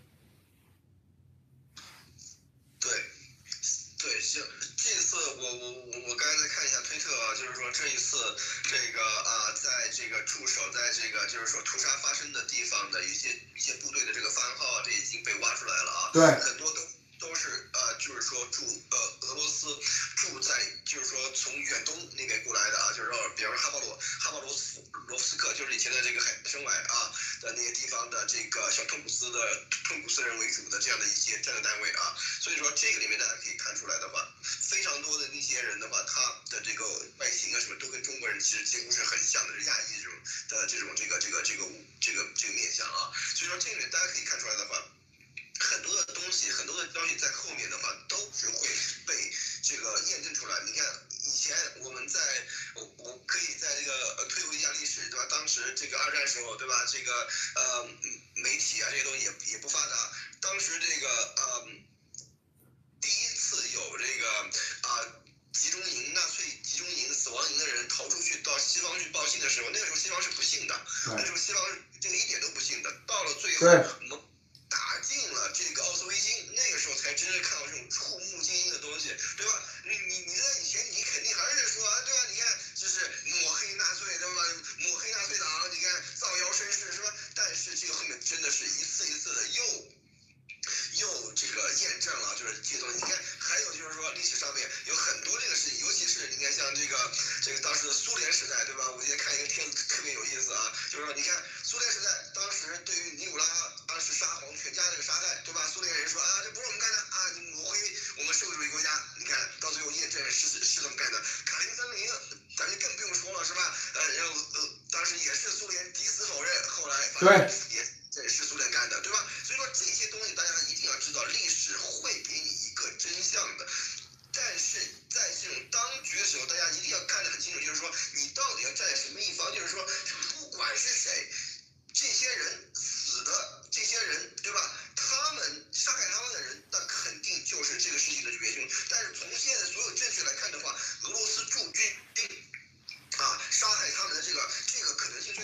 对，对，行，这次我刚才在看一下推特啊，就是说这一次这个在这个驻守在这个就是说屠杀发生的地方的一些部队的这个番号啊，这已经被挖出来了啊， 对， 很多都是就是说俄罗斯住在就是说从远东那边过来的啊，就是说比方说哈巴罗夫斯克，就是以前的这个海参崴啊的那些地方的这个小通古斯人为主的这样的一些战略单位啊，所以说这个里面大家可以看出来的话，非常多的那些人的话，他的这个外形啊什么都跟中国人其实几乎是很像的，是亚裔这种面相啊，所以说这个里面大家可以看出来的话。很多的东西，很多的消息在后面的话，都是会被这个验证出来。你看，以前我们我可以在这个推回一下历史，对吧？当时这个2战时候，对吧？这个媒体啊这些东西也不发达。当时这个第一次有这个纳粹集中营死亡营的人逃出去到西方去报信的时候，那个时候西方是不信的，那时候西方这个一点都不信的。到了最后，我们打进了这个奥斯维辛，那个时候才真正看到这种触目惊心的东西，对吧？你在以前你肯定还是说对吧？你看就是抹黑纳粹，对吧？抹黑纳粹党，你看造谣生事，是吧？但是这个后面真的是一次一次的又这个验证了，就是这些东西。你看，还有就是说历史上面有很多这个事情，尤其是你看像这个当时的苏联时代，对吧？我今天看一个帖子特别有意思啊，就是说你看苏联时代当时对于尼古拉当时沙皇全家这个杀害，对吧？苏联人说啊，这不是我们干的啊，你抹黑我们社会主义国家。你看到最后验证是这么干的。卡林森林咱就更不用说了，是吧？然后当时也是苏联抵死否认，后来对也是苏联干的，对吧？所以说这些东西大家一定要知道，历史会给你一个真相的。但是在这种当局的时候，大家一定要看得很清楚，就是说你到底要站在什么一方，就是说不管是谁，这些人死的这些人，对吧？他们杀害他们的人，那肯定就是这个事情的元凶。但是从现在所有证据来看的话，俄罗斯驻军杀害他们的这个可能性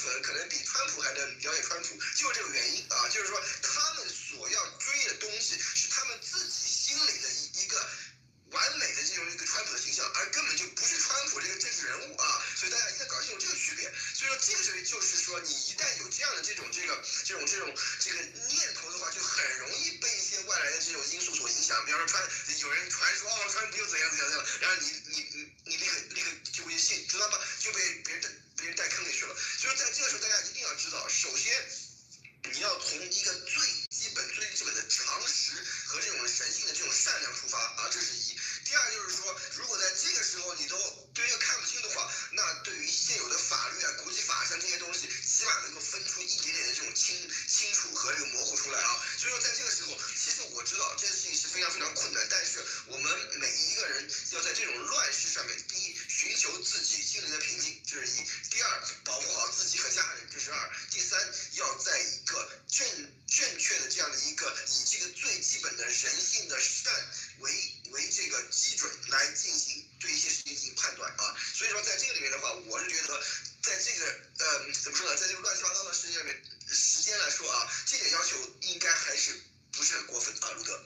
粉可能比川普还能了解川普，就是这个原因啊，就是说他们所要追的东西是他们自己心里的一个完美的这种一个川普的形象，而根本就不是川普这个政治人物啊，所以大家一定要搞清楚这个区别。所以说这个就是说，你一旦有这样的这个念头的话，就很容易被一些外来的这种因素所影响。比方说有人传说川普又怎样，然后你立刻就会信，知道吗？就被别人带坑里去了。所以说在这个时候，大家一定要知道，首先你要从一个最基本的常识和这种神性的这种善良出发啊，这是一。第二就是说，如果在这个时候你都对这个看不清的话，那对于现有的法律啊、国际法上这些东西，起码能够分出一点点的这种清楚和这个模糊出来啊。所以说在这个时候，其实我知道这件事情是非常非常困难，但是我们每一个人要在这种乱世上面，第一，寻求自己心灵的平静，这是一；第二，保护好自己和家人，这是二；第三，要在一个正确的这样的一个以这个最基本的人性的善为这个基准来进行对一些事情进行判断啊。所以说在这个里面的话，我是觉得在这个怎么说呢，在这个乱七八糟的时间来说啊，这点要求应该还是不是很过分啊，路德。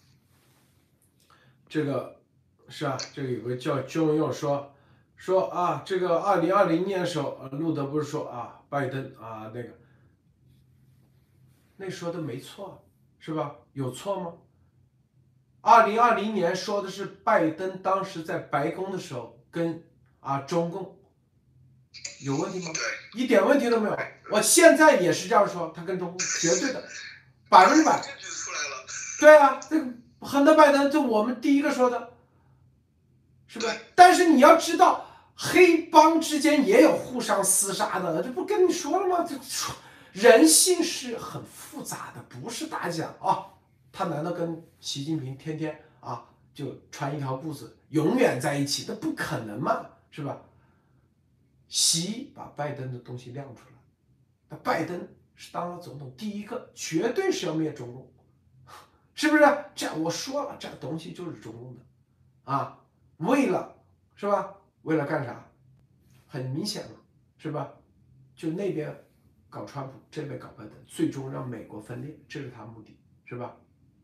这个是啊，这个有个叫 John 又说啊，这个2020年的时候，路德不是说啊，拜登啊那说的没错，是吧？有错吗？2020年说的是拜登当时在白宫的时候跟中共有问题吗？一点问题都没有。我现在也是这样说，他跟中共绝对的100%。 证据出来了。 对啊，这个亨特拜登就我们第一个说的，是吧？但是你要知道，黑帮之间也有互相厮杀的，这不跟你说了吗？这人性是很复杂的，不是大家啊。他难道跟习近平天天就穿一条裤子永远在一起？那不可能嘛，是吧？习把拜登的东西亮出来，那拜登是当了总统第一个，绝对是要灭中共，是不是？这样我说了，这东西就是中共的为了是吧？为了干啥？很明显了，是吧？就那边搞川普，这边搞拜登，最终让美国分裂，这是他目的，是吧？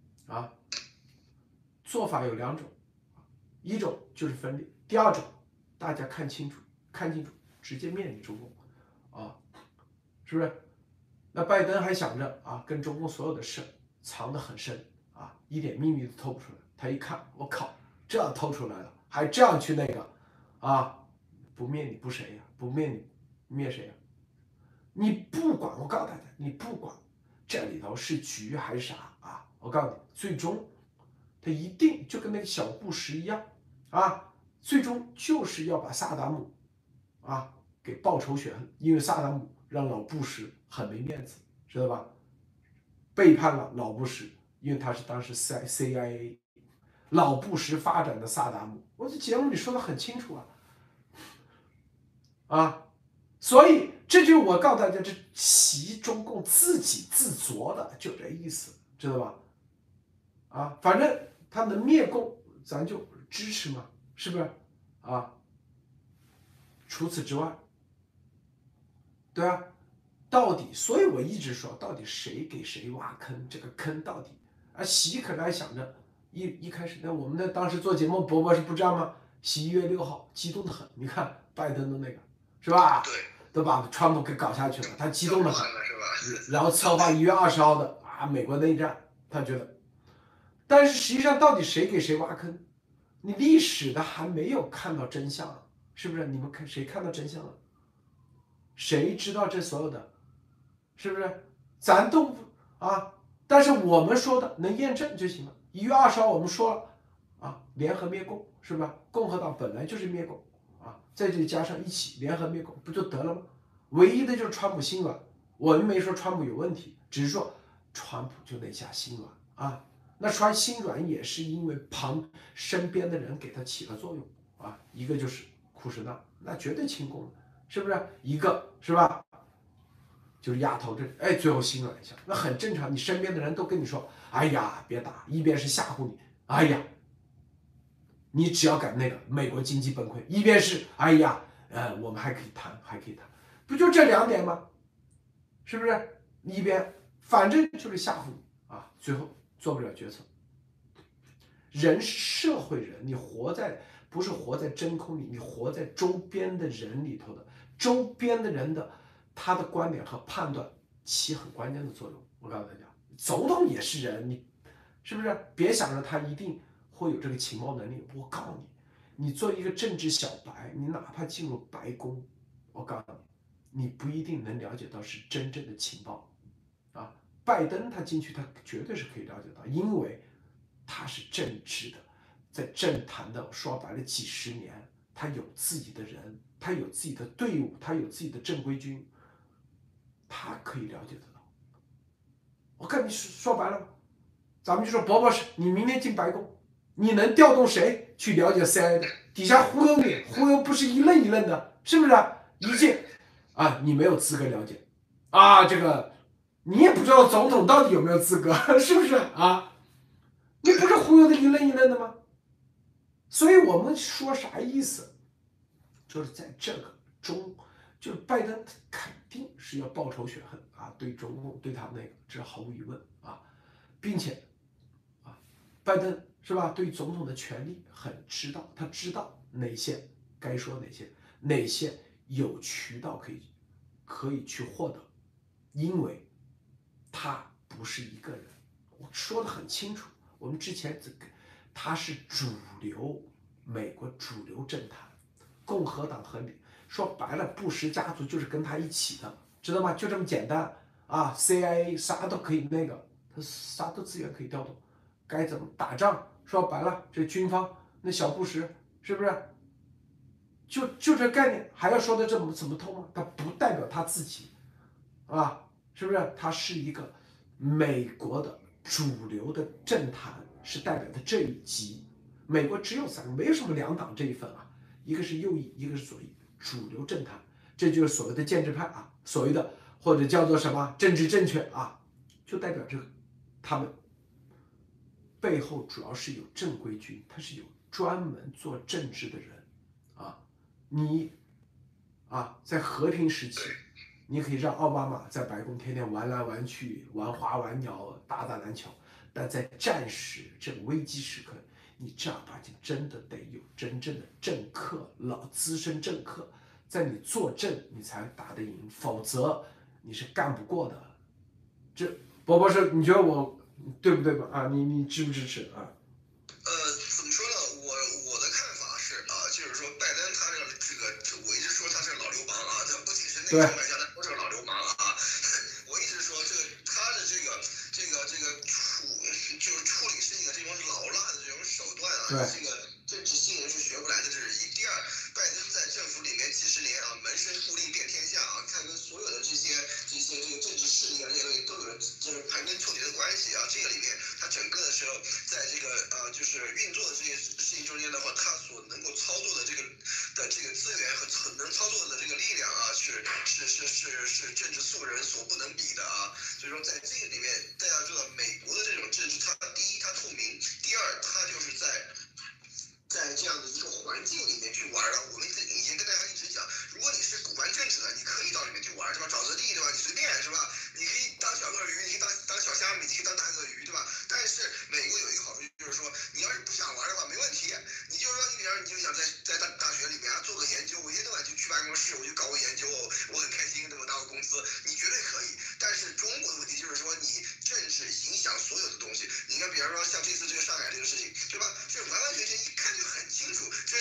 做法有2种，一种就是分裂，第二种大家看清楚，直接面临中共是不是？那拜登还想着跟中共所有的事藏得很深一点秘密都透不出来。他一看，我靠，这样透出来了，还这样去那个不灭你不谁呀？不灭你灭谁呀？你不管，我告诉大家，你不管这里头是局还是啥我告诉你，最终他一定就跟那个小布什一样最终就是要把萨达姆给报仇雪恨，因为萨达姆让老布什很没面子，知道吧？背叛了老布什，因为他是当时 CIA 老布什发展的萨达姆，我在节目里说的很清楚所以这就是我告诉大家，这习中共自己自作的，就这意思，知道吧？反正他能灭共，咱就支持嘛，是不是除此之外，对到底，所以我一直说，到底谁给谁挖坑？这个坑到底习可能还想着一开始，那我们的当时做节目，伯伯是不知道吗？11月6号激动的很，你看拜登的那个是吧？ 对， 都把川普给搞下去了，他激动的很， 是吧？ 然后策划1月20号的美国内战，他觉得，但是实际上到底谁给谁挖坑？你历史的还没有看到真相是不是？你们谁看到真相了？谁知道这所有的？是不是？咱都不但是我们说的能验证就行了。1月20号我们说了联合灭共是吧？共和党本来就是灭共在这里加上一起联合灭共，不就得了吗？唯一的就是川普心软，我们没说川普有问题，只是说川普就那下心软那川心软也是因为身边的人给他起了作用一个就是库什纳，那绝对亲共的，是不是？一个是吧？就是丫头这最后心软一下，那很正常。你身边的人都跟你说，哎呀，别打，一边是吓唬你，哎呀，你只要敢那个，美国经济崩溃；一边是，哎呀，我们还可以谈，不就这2点吗？ 是不是？一边反正就是吓唬你啊，最后做不了决策。人是社会人，你不是活在真空里，你活在周边的人里头的，周边的人的他的观点和判断起很关键的作用。我告诉大家，总统也是人，你是不是？别想着他一定会有这个情报能力。我告诉你，你做一个政治小白，你哪怕进入白宫，我告诉你，你不一定能了解到是真正的情报啊。拜登他进去，他绝对是可以了解到，因为他是政治的，在政坛的说白了几十年，他有自己的人，他有自己的队伍，他有自己的正规军，他可以了解得到。我看你说白了，咱们就说博士，你明天进白宫，你能调动谁去了解 CIA 的？底下忽悠你，忽悠不是一愣一愣的，是不是？一进啊，你没有资格了解啊，这个你也不知道总统到底有没有资格，是不是啊？你不是忽悠的一愣一愣的吗？所以我们说啥意思？就是在这个就是拜登肯定是要报仇雪恨啊，对中共对他那个，这是毫无疑问啊，并且啊，拜登是吧？对总统的权力很知道，他知道哪些该说哪些有渠道可以去获得，因为他不是一个人，我说的很清楚。我们之前他是美国主流政坛，共和党和说白了，布什家族就是跟他一起的，知道吗？就这么简单啊 ！CIA 啥都可以那个，他啥都资源可以调动，该怎么打仗？说白了，这军方那小布什是不是？就这概念，还要说的怎么通吗？他不代表他自己啊，是不是？他是一个美国的主流的政坛，是代表的这一级。美国只有三个，没有什么两党这一份啊，一个是右翼，一个是左翼，主流政坛，这就是所谓的建制派啊，所谓的或者叫做什么政治正确啊，就代表这个他们背后主要是有正规军，他是有专门做政治的人啊。你啊，在和平时期，你可以让奥巴马在白宫天天玩来玩去，玩花玩鸟，打篮球，但在战时这个危机时刻，你正儿八经真的得有真正的政客，资深政客，在你坐镇，你才打得赢，否则你是干不过的。这博士，你觉得我对不对吧？啊，你支不支持啊？ 怎么说呢？我的看法是啊，就是说拜登他我一直说他是老流氓啊，他不仅是内政外交，他都是老流氓啊。我一直说他的就是处理事情的这种老辣的这种手段啊，这个政治新人是学不来的，这是一。第二，拜登在政府里面几十年啊，门生互利遍天下啊，他跟所有的这些这个政治势力啊这些东西都有就是盘根错节的关系啊。这个里面他整个的时候，在这个就是运作的这些事情中间的话，他所能够操作的这个资源和能操作的这个力量啊，是政治素人所不能比的啊。所以说在这个里面，大家知道美国的这种政治，它第一它透明，第二它就是在这样的一个环境里面去玩的。我们以前跟大家一直讲，如果你是玩政治的，你可以到里面去玩，是吧？沼泽地，对吧？你随便，是吧？你可以当小鳄鱼，你可以当小虾米，你可以当大鳄鱼，对吧？但是美国有一个好处，就是说你要是不想玩的话，没问题。你就说你比方你就想在大学里面啊做个研究，我一天到晚就去办公室，我就搞个研究，我很开心，对吧？拿个工资，你绝对可以。但是中国的问题就是说，你政治影响所有的东西。你看，比方说像这次这个上海这个事情，对吧？这完完全全一看就很清楚，这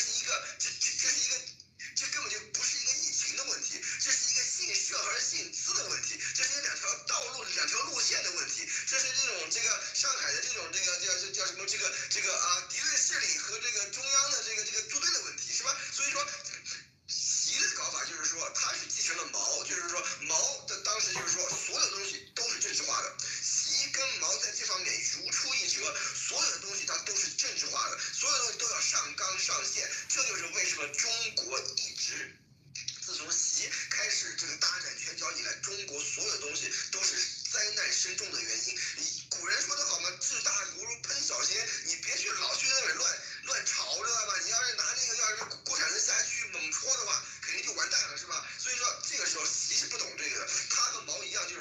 根本就不是一个疫情的问题，这是一个姓社还是姓资的问题，这是两条道路、两条路线的问题，这是这个上海的这种叫什么敌对势力和这个中央的这个作对的问题，是吧？所以说。习的搞法就是说，他是继承了毛，就是说毛的当时就是说，所有东西都是政治化的。习跟毛在这方面如出一辙，所有的东西它都是政治化的，所有东西都要上纲上线。这就是为什么中国一直，自从习开始这个大展拳脚以来，中国所有东西都是灾难深重的原因。古人说的好嘛，治大国如烹小鲜，你别老去那里乱炒，知道吧？你要是拿要是国产的下去猛戳的话，肯定就完蛋了，是吧？所以说这个时候习是不懂这个的，他和毛一样，就是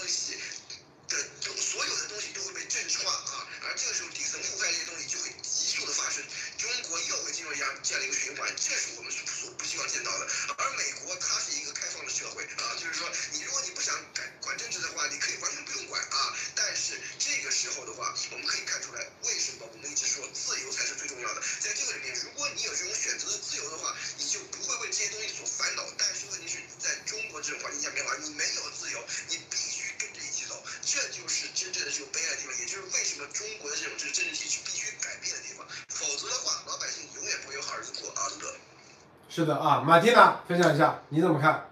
系的所有的东西都会被政治化啊，而这个时候底层腐败这些东西就会急速的发生，中国又会进入这样的一个循环，这是我们所不希望见到的。而美国它是一个开放的社会啊，就是说如果你不想管政治的话，你可以完全不用管啊。但是这个时候的话，我们可以看出来为什么我们一直说自由才是最重要的。在这个里面，如果你有这种选择的自由的话，你就不会为这些东西所烦恼。但是问题是在中国这种环境下面的话，你没有自由，你必须跟着一起走，这就是真正的这种悲哀的地方，也就是为什么中国的这种政治体制必须改变的地方。否则的话，老百姓永远不会有好日子过啊，对不对？ 是的啊，马蒂娜分享一下，你怎么看？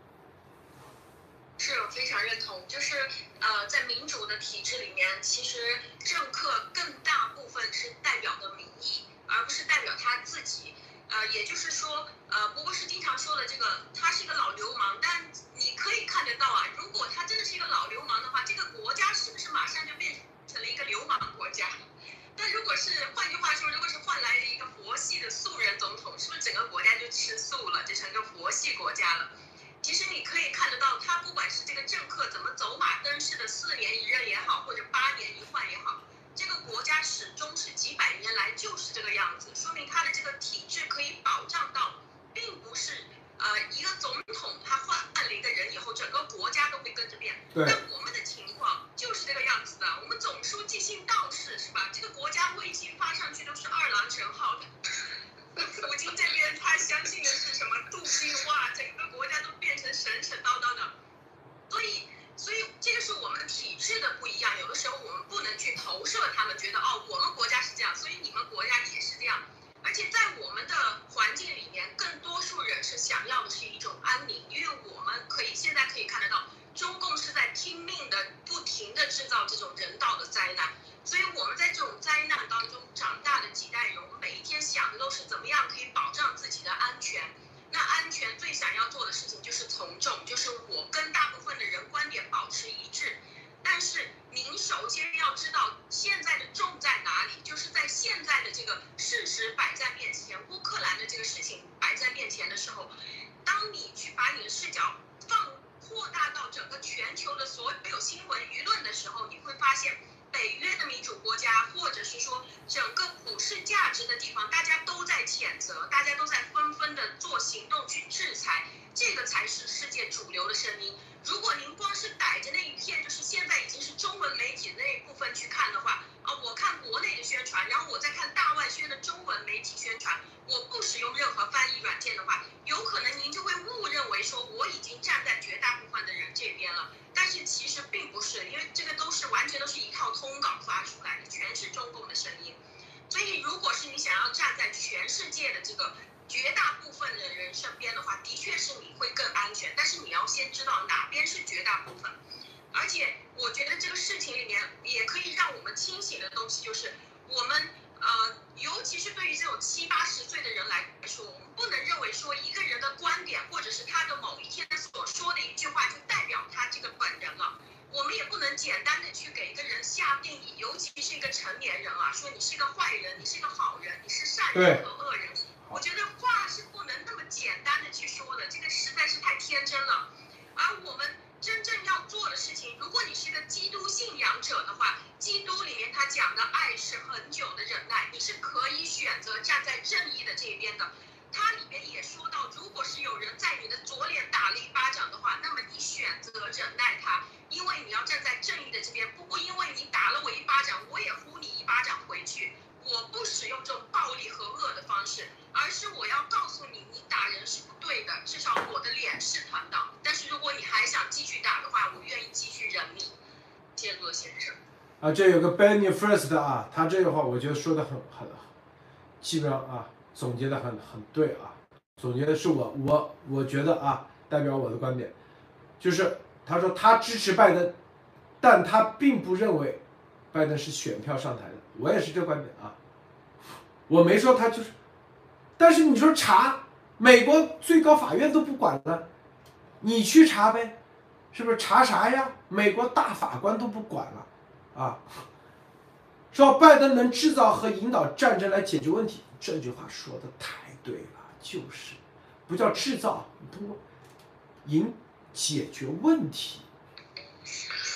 是我非常认同，就是在民主的体制里面，其实政客更大部分是代表的民意，而不是代表他自己。也就是说，不过是经常说的这个，他是一个老流氓，但你可以看得到啊，如果他真的是一个老流氓的话，这个国家是不是马上就变成了一个流氓国家？但如果是换句话说，如果是换来了一个佛系的素人总统，是不是整个国家就吃素了，就成个佛系国家了？其实你可以看得到，他不管是这个政客怎么走马灯似的4年一任也好，或者8年一换也好，这个国家始终是几百年来就是这个样子，说明他的这个体制可以保障到，并不是一个总统他换了一个人以后，整个国家都会跟着变。 对。 但我们的情况就是这个样子的，我们总书记姓道士是吧？这个国家卫星发上去都是2郎神号的。普京这边他相信的是什么镀金，哇，整个国家都变成神神叨叨的。所以这个是我们体制的不一样，有的时候我们不能去投射他们，觉得哦我们国家是这样，所以你们国家也是这样。而且在我们的环境里面，更多数人是想要的是一种安宁，因为我们现在可以看得到，中共是在拼命的不停的制造这种人道的灾难。所以我们在这种灾难当中长大的几代人，我们每一天想的都是怎么样可以保障自己的安全。那安全最想要做的事情就是从众，就是我跟大部分的人观点保持一致。但是您首先要知道现在的重在哪里，就是在现在的这个事实摆在面前，乌克兰的这个事情摆在面前的时候，当你去把你的视角扩大到整个全球的所有新闻舆论的时候，你会发现北约的民主国家，或者是说整个普世价值的地方，大家都在谴责，大家都在纷纷的做行动去制裁，这个才是世界主流的声音。如果您光是逮着那一片，就是现在已经是中文媒体的那一部分去看的话，我看国内的宣传，然后我再看大外宣的中文媒体宣传，我不使用任何翻译软件的话，有可能您就会误认为说我已经站在绝大部分的人这边了。但是其实并不是，因为这个完全都是一套通稿发出来的，全是中共的声音。所以如果是你想要站在全世界的这个绝大部分的人身边的话，的确是你会更安全，但是你要先知道哪边是绝大部分。而且我觉得这个事情里面也可以让我们清醒的东西，就是我们尤其是对于这种70、80岁的人来说，我们不能认为说一个人的观点或者是他的某一天所说的一句话就代表他这个本人了。我们也不能简单的去给一个人下定义，尤其是一个成年人啊，说你是一个坏人，你是一个好人，你是善人和恶人。我觉得话是不能那么简单的去说的，这个实在是太天真了。而我们真正要做的事情，如果你是一个基督信仰者的话，基督里面他讲的爱是很久的忍耐，你是可以选择站在正义的这一边的。它里面也说到，如果是有人在你的左脸打了一巴掌的话，那么你选择忍耐他，因为你要站在正义的这边。不过因为你打了我一巴掌，我也呼你一巴掌回去。我不使用这种暴力和恶的方式，而是我要告诉你，你打人是不对的，至少我的脸是疼的。但是如果你还想继续打的话，我愿意继续忍你。谢罗先生。 这有个 Benny First 啊，他这个话我觉得说的很，基本上啊总结的很对啊，总结的是我觉得啊，代表我的观点，就是他说他支持拜登，但他并不认为拜登是选票上台的，我也是这观点啊，我没说他就是，但是你说查，美国最高法院都不管了，你去查呗，是不是查啥呀？美国大法官都不管了啊，说拜登能制造和引导战争来解决问题，这句话说的太对了，就是不叫制造，你通过解决问题。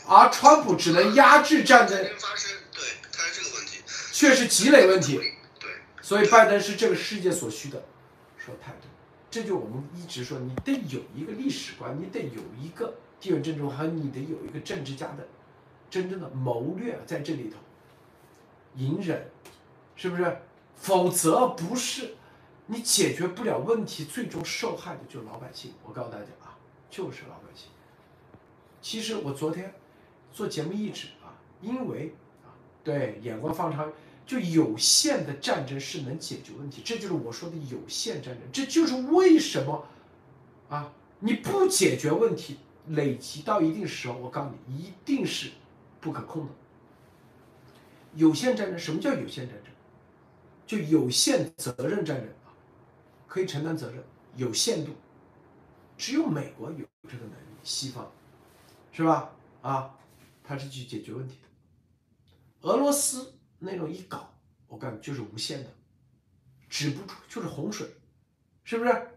而川普只能压制战争， 发生，对，它是这个问题， 却是积累问题。 对， 所以拜登是这个世界所需的，说太对，这就我们一直说，你得有一个历史观，你得有一个地缘政治观，还有你得有一个政治家的真正的谋略在这里头，隐忍，是不是？否则不是你解决不了问题，最终受害的就是老百姓。我告诉大家啊，就是老百姓。其实我昨天做节目一直因为对眼光放长，就有限的战争是能解决问题，这就是我说的有限战争。这就是为什么你不解决问题，累积到一定时候，我告诉你，一定是不可控的。有限战争，什么叫有限战争？就有限责任战争可以承担责任，有限度，只有美国有这个能力，西方，是吧？它是去解决问题的。俄罗斯那种一搞，我告诉你就是无限的，止不住，就是洪水，是不是？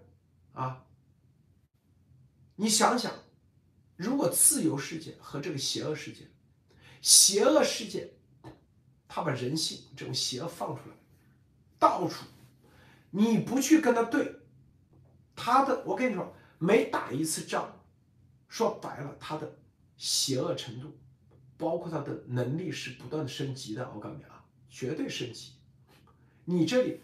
你想想，如果自由世界和这个邪恶世界，邪恶世界，他把人性这种邪恶放出来，到处，你不去跟他对，他的，我跟你说，每打一次仗，说白了，他的邪恶程度，包括他的能力是不断的升级的。我告诉你绝对升级。你这里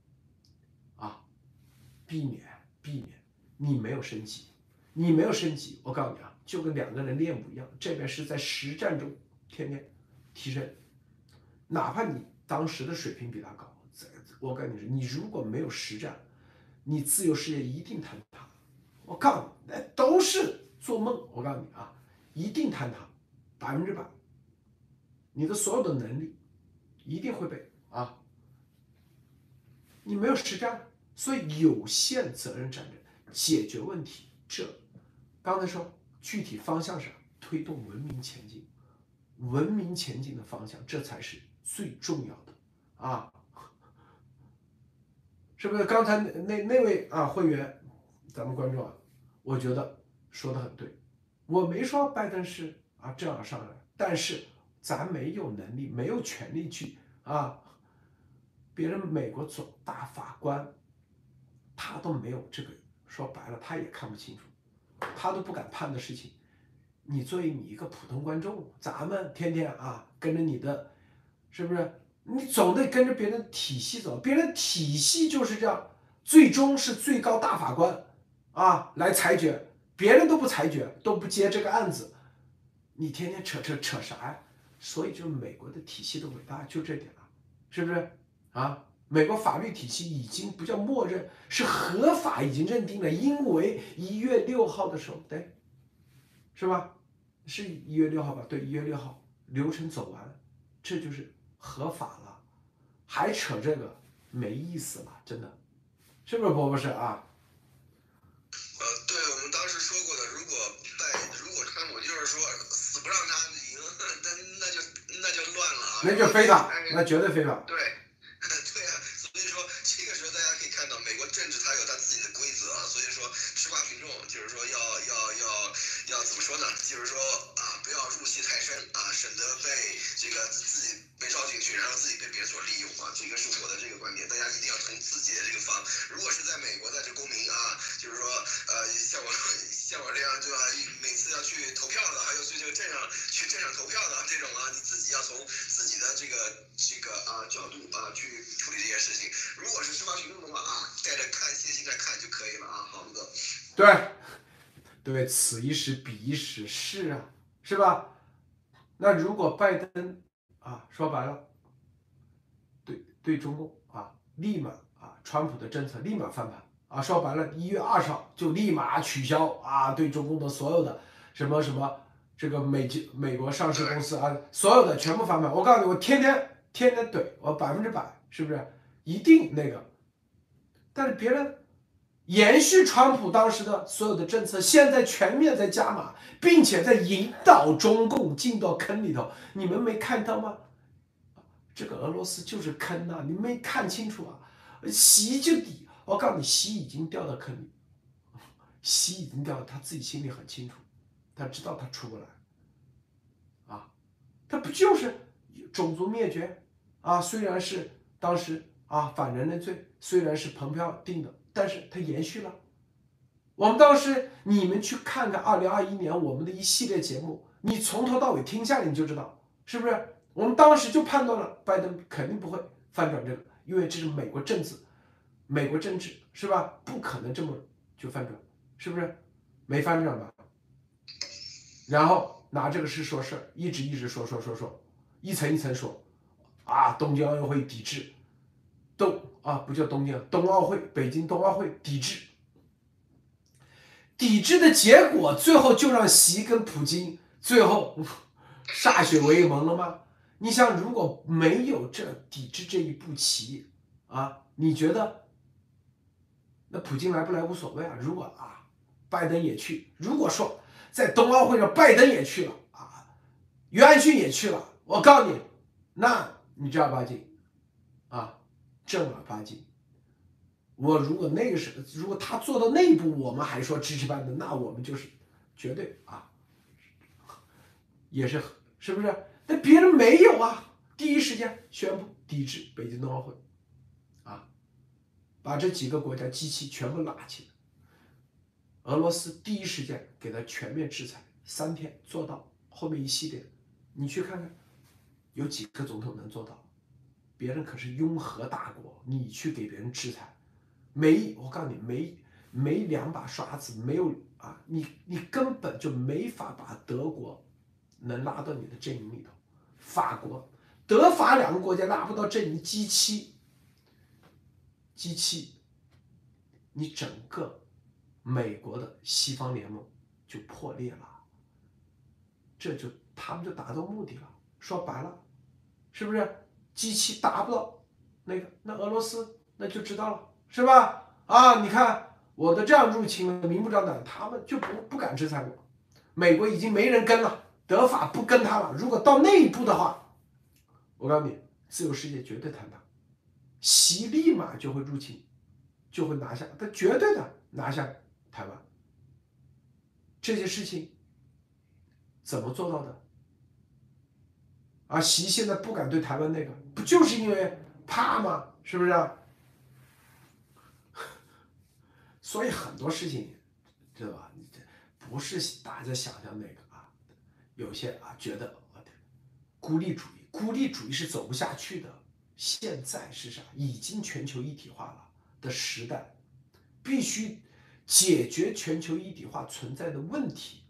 避免，你没有升级，我告诉你就跟两个人练武一样，这边是在实战中天天提升，哪怕你当时的水平比他高，我告诉你，你如果没有实战，你自由世界一定坍塌。我告诉你，那都是做梦。我告诉你一定坍塌，100%。你的所有的能力一定会被你没有实战，所以有限责任战争解决问题，这刚才说具体方向上推动文明前进，文明前进的方向，这才是最重要的是不是？刚才那位会员，咱们观众我觉得说的很对，我没说拜登是这样上来，但是咱没有能力，没有权利去别人美国总大法官，他都没有这个，说白了他也看不清楚，他都不敢判的事情，你作为你一个普通观众，咱们天天跟着你的，是不是？你总得跟着别人体系走，别人体系就是这样，最终是最高大法官来裁决，别人都不裁决，都不接这个案子，你天天扯啥呀？所以就是美国的体系的伟大就这点是不是美国法律体系已经不叫默认，是合法，已经认定了，因为1月6号的时候，对，是吧？是1月6号吧？对，1月6号流程走完，这就是合法了，还扯这个没意思了，真的，是不是博士对，我们当时说过的，如果川普就是说死不让他赢，那就乱了那就非法，那绝对非法。 对，对所以说这个时候大家可以看到，美国政治它有它自己的规则所以说吃瓜群众就是说要怎么说呢？就是说不要入戏太深省得被这个自己被烧进去，然后自己被别人所利用这个是我的这个观点，大家一定要从自己的这个方。如果是在美国，在这公民就是说像我这样对吧？每次要去投票的，还有去这个镇上投票的这种你自己要从自己的这个角度去处理这件事情。如果是司法群众的话带着看戏的心态看就可以了好哥。 对，此一时彼一时，是吧？那如果拜登说白了，对中共立马川普的政策立马翻盘说白了，1月20号就立马取消对中共的所有的什么这个美国上市公司所有的全部翻盘。我告诉你，我天天对我100%，是不是一定那个？但是别人延续川普当时的所有的政策，现在全面在加码，并且在引导中共进到坑里头，你们没看到吗？这个俄罗斯就是坑你没看清楚习就底，我告诉你，习已经掉到坑里，习已经掉了，他自己心里很清楚，他知道他出不来， 它不就是种族灭绝啊？虽然是当时反人类罪，虽然是蓬佩奥定的，但是它延续了。我们当时你们去看看2021年我们的一系列节目，你从头到尾听下来你就知道，是不是？我们当时就判断了拜登肯定不会翻转这个，因为这是美国政治是吧？不可能这么就翻转，是不是？没翻转吧？然后拿这个事说事，一直说，一层一层说，东京奥运会抵制，不叫东京，冬奥会，北京冬奥会抵制的结果，最后就让习跟普京最后歃血为盟了吗？你想，如果没有这抵制这一步棋你觉得那普京来不来无所谓啊？如果拜登也去，如果说在冬奥会上拜登也去了约翰逊也去了，我告诉你，那你正儿八经正儿八经。我如果如果他做到那一步，我们还说支持拜登，那我们就是绝对也是不是？但别人没有第一时间宣布抵制北京冬奥会把这几个国家机器全部拉起来。俄罗斯第一时间给他全面制裁，3天做到，后面一系列，你去看看，有几个总统能做到？别人可是拥核大国，你去给别人制裁，我告诉你，没2把刷子，没有你根本就没法把德国能拉到你的阵营里头，法国、德法2个国家拉不到阵营，G7，你整个美国的西方联盟就破裂了，他们就达到目的了。说白了，是不是？G7达不到那俄罗斯那就知道了，是吧？你看我的这样入侵了，明目张胆，他们就不敢制裁我。美国已经没人跟了，德法不跟他了。如果到那一步的话，我告诉你，自由世界绝对坍塌，习立马就会入侵，就会拿下，他绝对的拿下台湾。这些事情怎么做到的？习现在不敢对台湾不就是因为怕吗？是不是所以很多事情，知道吧？不是大家想象有些觉得孤立主义是走不下去的。现在是啥？已经全球一体化了的时代，必须解决全球一体化存在的问题。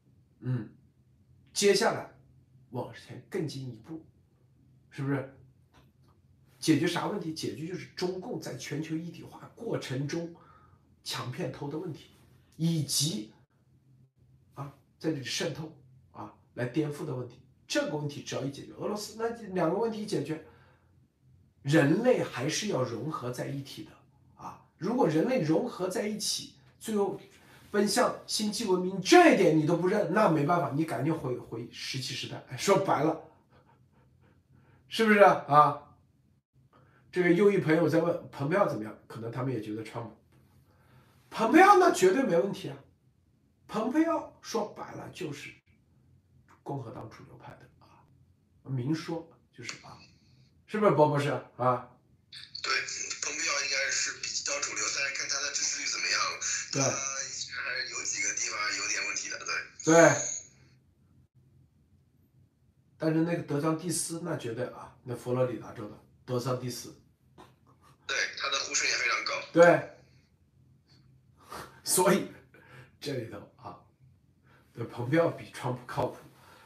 接下来往前更进一步，是不是？解决啥问题？解决就是中共在全球一体化过程中抢片头的问题，以及在这里渗透来颠覆的问题。这个问题只要一解决，俄罗斯那2个问题解决，人类还是要融合在一起的如果人类融合在一起，最后奔向星际文明，这一点你都不认，那没办法，你赶紧回17时代。说白了，是不是这个右翼朋友在问蓬佩奥怎么样，可能他们也觉得川普。蓬佩奥那绝对没问题蓬佩奥说白了就是共和党主流派的明说就是是不是博士对，蓬佩奥应该是比较主流，但是看他的支持率怎么样， 对， 还是有几个地方有点问题的， 对。但是那个德桑蒂斯那绝对那佛罗里达州的德桑蒂斯， 对，他的呼声也非常高。 对，所以这里头蓬佩奥比川普靠谱，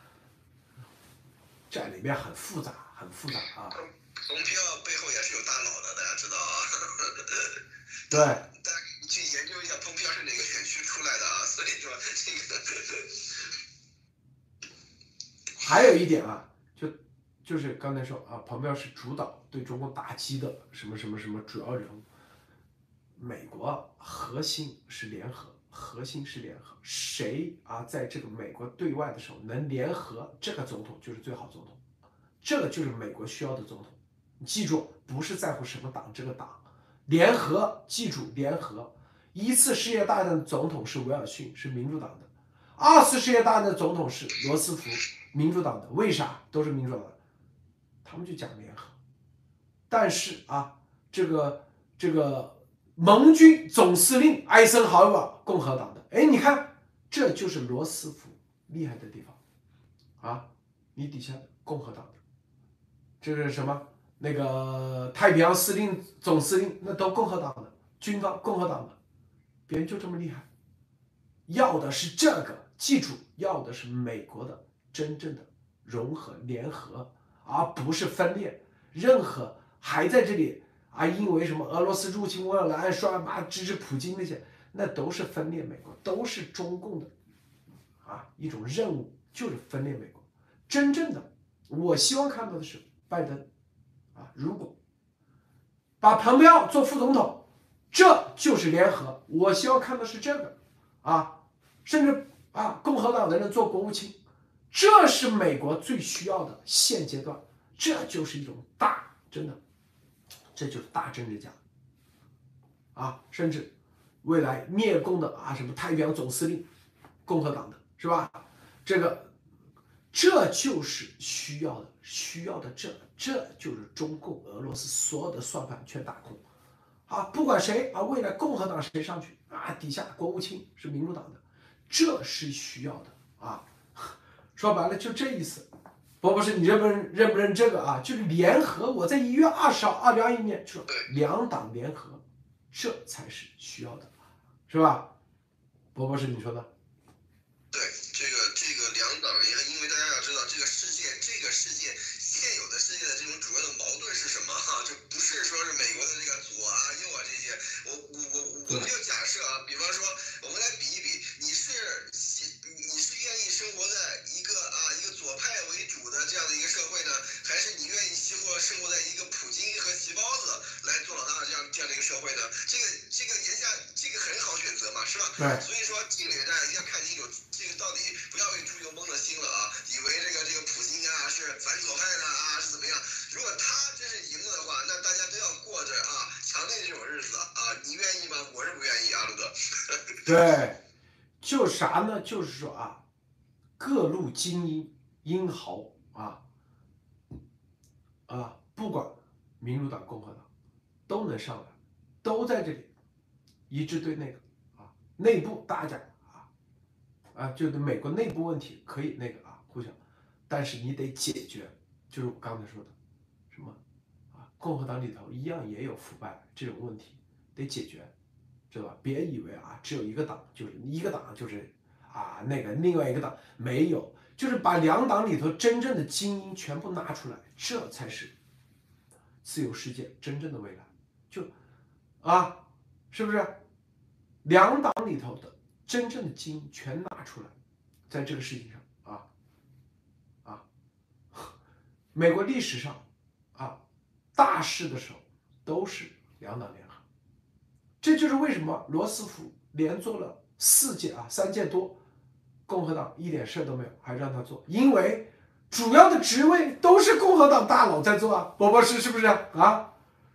这里面很复杂蓬佩奥背后也是有大佬的，大家知道对。 大家去研究一下蓬佩奥是哪个选区出来的所以说这个。 还有一点就是刚才说蓬佩奥是主导对中共打击的什么主要人物。美国核心是联合，谁在这个美国对外的时候能联合，这个总统就是最好总统，这个就是美国需要的总统。你记住，不是在乎什么党，这个党联合，记住联合。1次世界大战总统是威尔逊，是民主党的。 二次世界大战的总统是罗斯福，民主党的，为啥都是民主党的？他们就讲联合。但是啊，这个盟军总司令艾森豪威尔，共和党的，哎，你看，这就是罗斯福厉害的地方啊！你底下的共和党的，这个什么那个太平洋总司令，那都共和党的，军方共和党的，别人就这么厉害，要的是这个，记住，要的是美国的真正的融合联合，而不是分裂。任何还在这里啊，因为什么俄罗斯入侵乌克兰，说妈支持普京那些，那都是分裂美国，都是中共的啊一种任务，就是分裂美国。真正的，我希望看到的是拜登啊，如果把蓬佩奥做副总统，这就是联合。我希望看的是这个啊，甚至啊，共和党的人做国务卿，这是美国最需要的现阶段。这就是一种大，真的，这就是大政治家啊，甚至未来灭共的啊，什么太平洋总司令，共和党的是吧？这就是需要的，这就是中共俄罗斯所有的算盘全打空啊！不管谁啊，未来共和党谁上去啊，底下国务卿是民主党的，这是需要的啊！说白了就这意思。博士，你认不认这个啊？就是联合，我在1月20号2021年就说两党联合，这才是需要的，是吧？博士，你说呢？ 对，这个两党联合，因为大家要知道，这个世界现有的世界的这种主要的矛盾是什么哈？就不是说是美国的这个左啊右啊这些，我们就假设啊，比方说我们来比一比，你是愿意生活在一个左派为主的这样的一个社会呢，还是你愿意生活在一个普京和细胞子来做老大的这样的一个社会呢？这个言下这个很好选择嘛，是吧？ 对。 所以说这个大家一定要看清楚，这个到底不要为猪油蒙了心了啊，以为这个普京啊是反左派的啊是怎么样？如果他真是赢了的话，那大家都要过着啊强烈的这种日子啊，你愿意吗？我是不愿意啊，陆哥。 对，就啥呢？就是说啊，各路英豪不管民主党、共和党都能上来，都在这里一致对那个啊，内部大家就是美国内部问题可以那个互相，但是你得解决，就是我刚才说的什么共和党里头一样也有腐败这种问题得解决，知道吧？别以为只有一个党就是那个另外一个党没有，就是把两党里头真正的精英全部拿出来，这才是自由世界真正的未来。是不是？两党里头的真正的精英全拿出来，在这个事情上美国历史上大事的时候都是两党联合，这就是为什么罗斯福连做了3届多，共和党一点事都没有，还让他做，因为主要的职位都是共和党大佬在做博士是不是啊？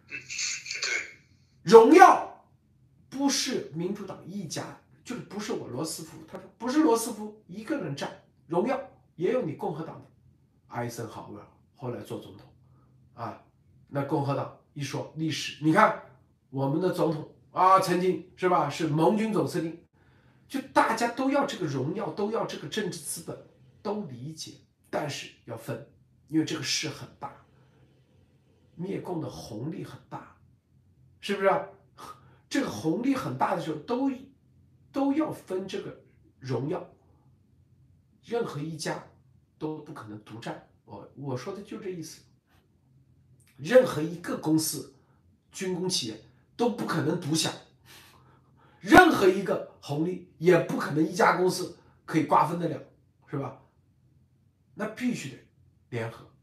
荣耀不是民主党一家，就是不是我罗斯福，他说不是罗斯福一个人占，荣耀也有你共和党的艾森豪威尔后来做总统那共和党一说历史，你看我们的总统曾经是吧，是盟军总司令，就大家都要这个荣耀，都要这个政治资本，都理解，但是要分，因为这个事很大，灭共的红利很大，是不是这个红利很大的时候都要分这个荣耀，任何一家都不可能独占，我说的就这意思，任何一个公司军工企业都不可能独享，任何一个红利也不可能一家公司可以瓜分得了，是吧？那必须得联合。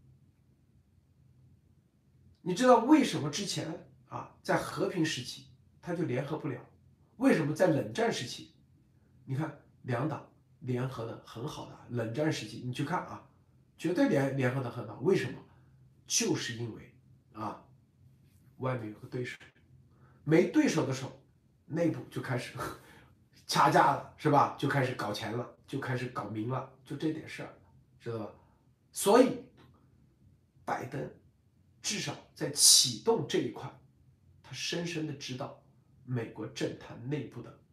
你知道为什么之前在和平时期他就联合不了？为什么在冷战时期，你看两党联合的很好的，冷战时期你去看绝对联合的很好，为什么？就是因为外面有个对手，没对手的时候，内部就开始掐架了，是吧？就开始搞钱了， 就开始搞明了，就这点事儿，知道吧？所以，拜登至少在启动这一块，他深深的知道美国政坛内部的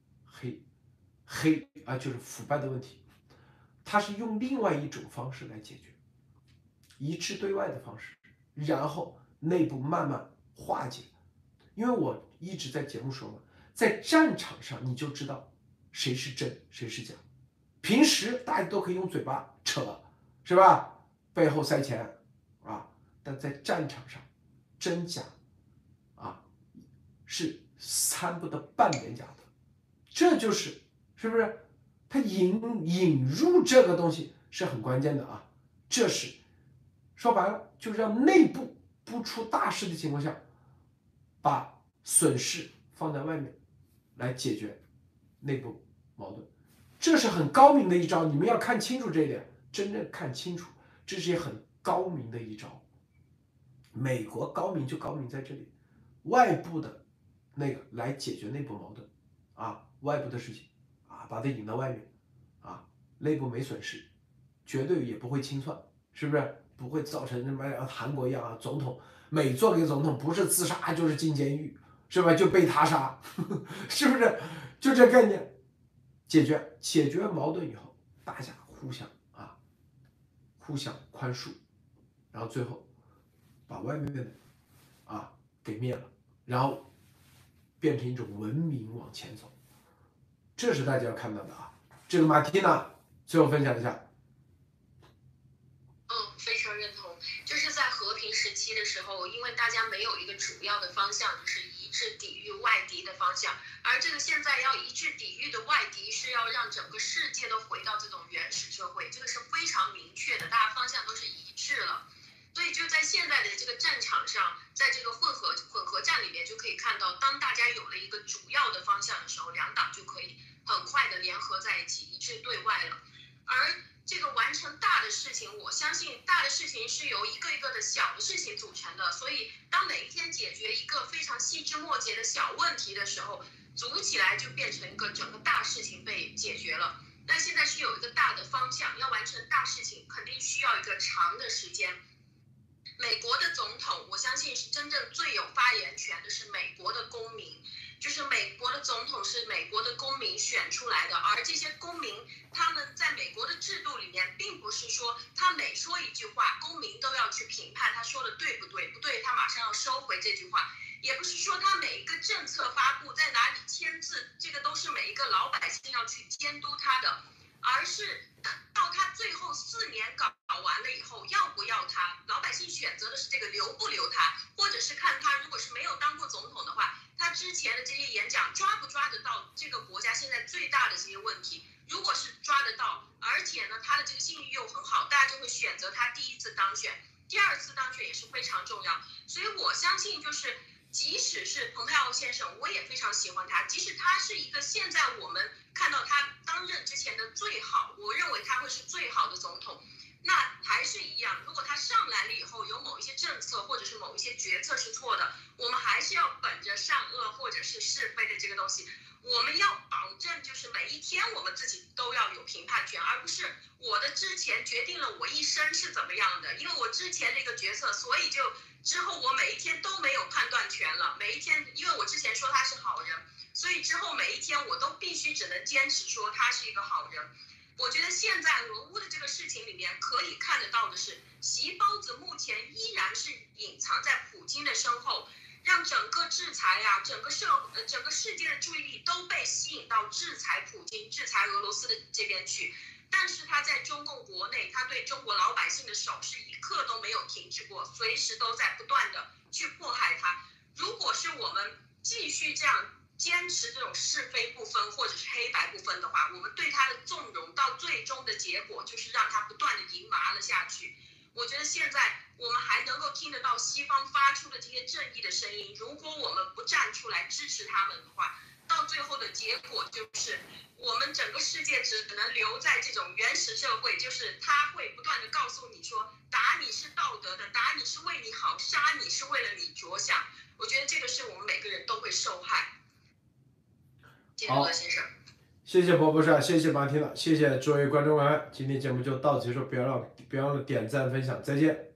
就是腐败的问题，他是用另外一种方式来解决，一致对外的方式，然后内部慢慢化解。因为我一直在节目说嘛，在战场上你就知道谁是真谁是假，平时大家都可以用嘴巴扯，是吧？背后塞钱啊，但在战场上，真假啊是参不得半点假的，这就是是不是？他引入这个东西是很关键的啊，这是说白了就是让内部不出大事的情况下，把损失放在外面来解决内部矛盾，这是很高明的一招，你们要看清楚这一点，真正看清楚，这是很高明的一招。美国高明就高明在这里，外部的那个来解决内部矛盾啊，外部的事情啊，把它引到外面啊，内部没损失，绝对也不会清算，是不是？不会造成什么韩国一样啊，总统每做一个总统不是自杀就是进监狱，是吧？就被他杀，是不是？就这概念。解决矛盾以后，大家互相宽恕，然后最后把外面的给灭了，然后变成一种文明往前走，这是大家要看到的啊。这个马蒂娜最后分享一下。 非常认同。就是在和平时期的时候，因为大家没有一个主要的方向，就是一致抵御外敌的方向，而这个现在要一致抵御的外敌是要让整个世界都回到这种原始社会，这个是非常明确的，大家方向都是一致了。所以就在现在的这个战场上，在这个混合战里面就可以看到，当大家有了一个主要的方向的时候，两党就可以很快的联合在一起，一致对外了。而这个完成大的事情，我相信大的事情是由一个一个的小的事情组成的，所以当每一天解决一个非常细枝末节的小问题的时候，组起来就变成一个整个大事情被解决了。那现在是有一个大的方向，要完成大事情肯定需要一个长的时间。美国的总统，我相信是真正最有发言权的是美国的公民，就是美国的总统是美国的公民选出来的，而这些公民他们在美国的制度里面，并不是说他每说一句话，公民都要去评判他说的对不对，不对他马上要收回这句话，也不是说他每一个政策发布在哪里签字，这个都是每一个老百姓要去监督他的，而是到他最后4年搞完了以后，要不要他，老百姓选择的是这个留不留他，或者是看他如果是没有当过总统的话，他之前的这些演讲抓不抓得到这个国家现在最大的这些问题。如果是抓得到，而且呢他的这个信誉又很好，大家就会选择他第一次当选，第二次当选也是非常重要。所以我相信就是即使是蓬佩奥先生，我也非常喜欢他，即使他是一个现在我们看到他当任之前的最好，我认为他会是最好的总统，那还是一样，如果他上来了以后有某一些政策或者是某一些决策是错的，我们还是要本着善恶或者是是非的这个东西，我们要保证就是每一天我们自己都要有评判权，而不是我的之前决定了我一生是怎么样的，因为我之前的一个决策，所以就之后我每一天都没有判断权了，每一天因为我之前说他是好人，所以之后每一天我都必须只能坚持说他是一个好人。我觉得现在俄乌的这个事情里面可以看得到的是，习包子目前依然是隐藏在普京的身后，让整个制裁啊，整个世界的注意力都被吸引到制裁普京、制裁俄罗斯的这边去。但是他在中共国内，他对中国老百姓的手是一刻都没有停止过，随时都在不断的去迫害他。如果是我们继续这样坚持这种是非不分或者是黑白不分的话，我们对他的纵容到最终的结果就是让他不断的赢麻了下去。我觉得现在我们还能够听得到西方发出的这些正义的声音，如果我们不站出来支持他们的话，到最后的结果就是我们整个世界只能留在这种原始社会，就是他会不断的告诉你说，打你是道德的，打你是为你好，杀你是为了你着想。我觉得这个是我们每个人都会受害。谢谢罗先生。 谢谢伯伯帅，谢谢马听了，谢谢诸位观众晚安。今天节目就到此结束，别忘了点赞分享，再见。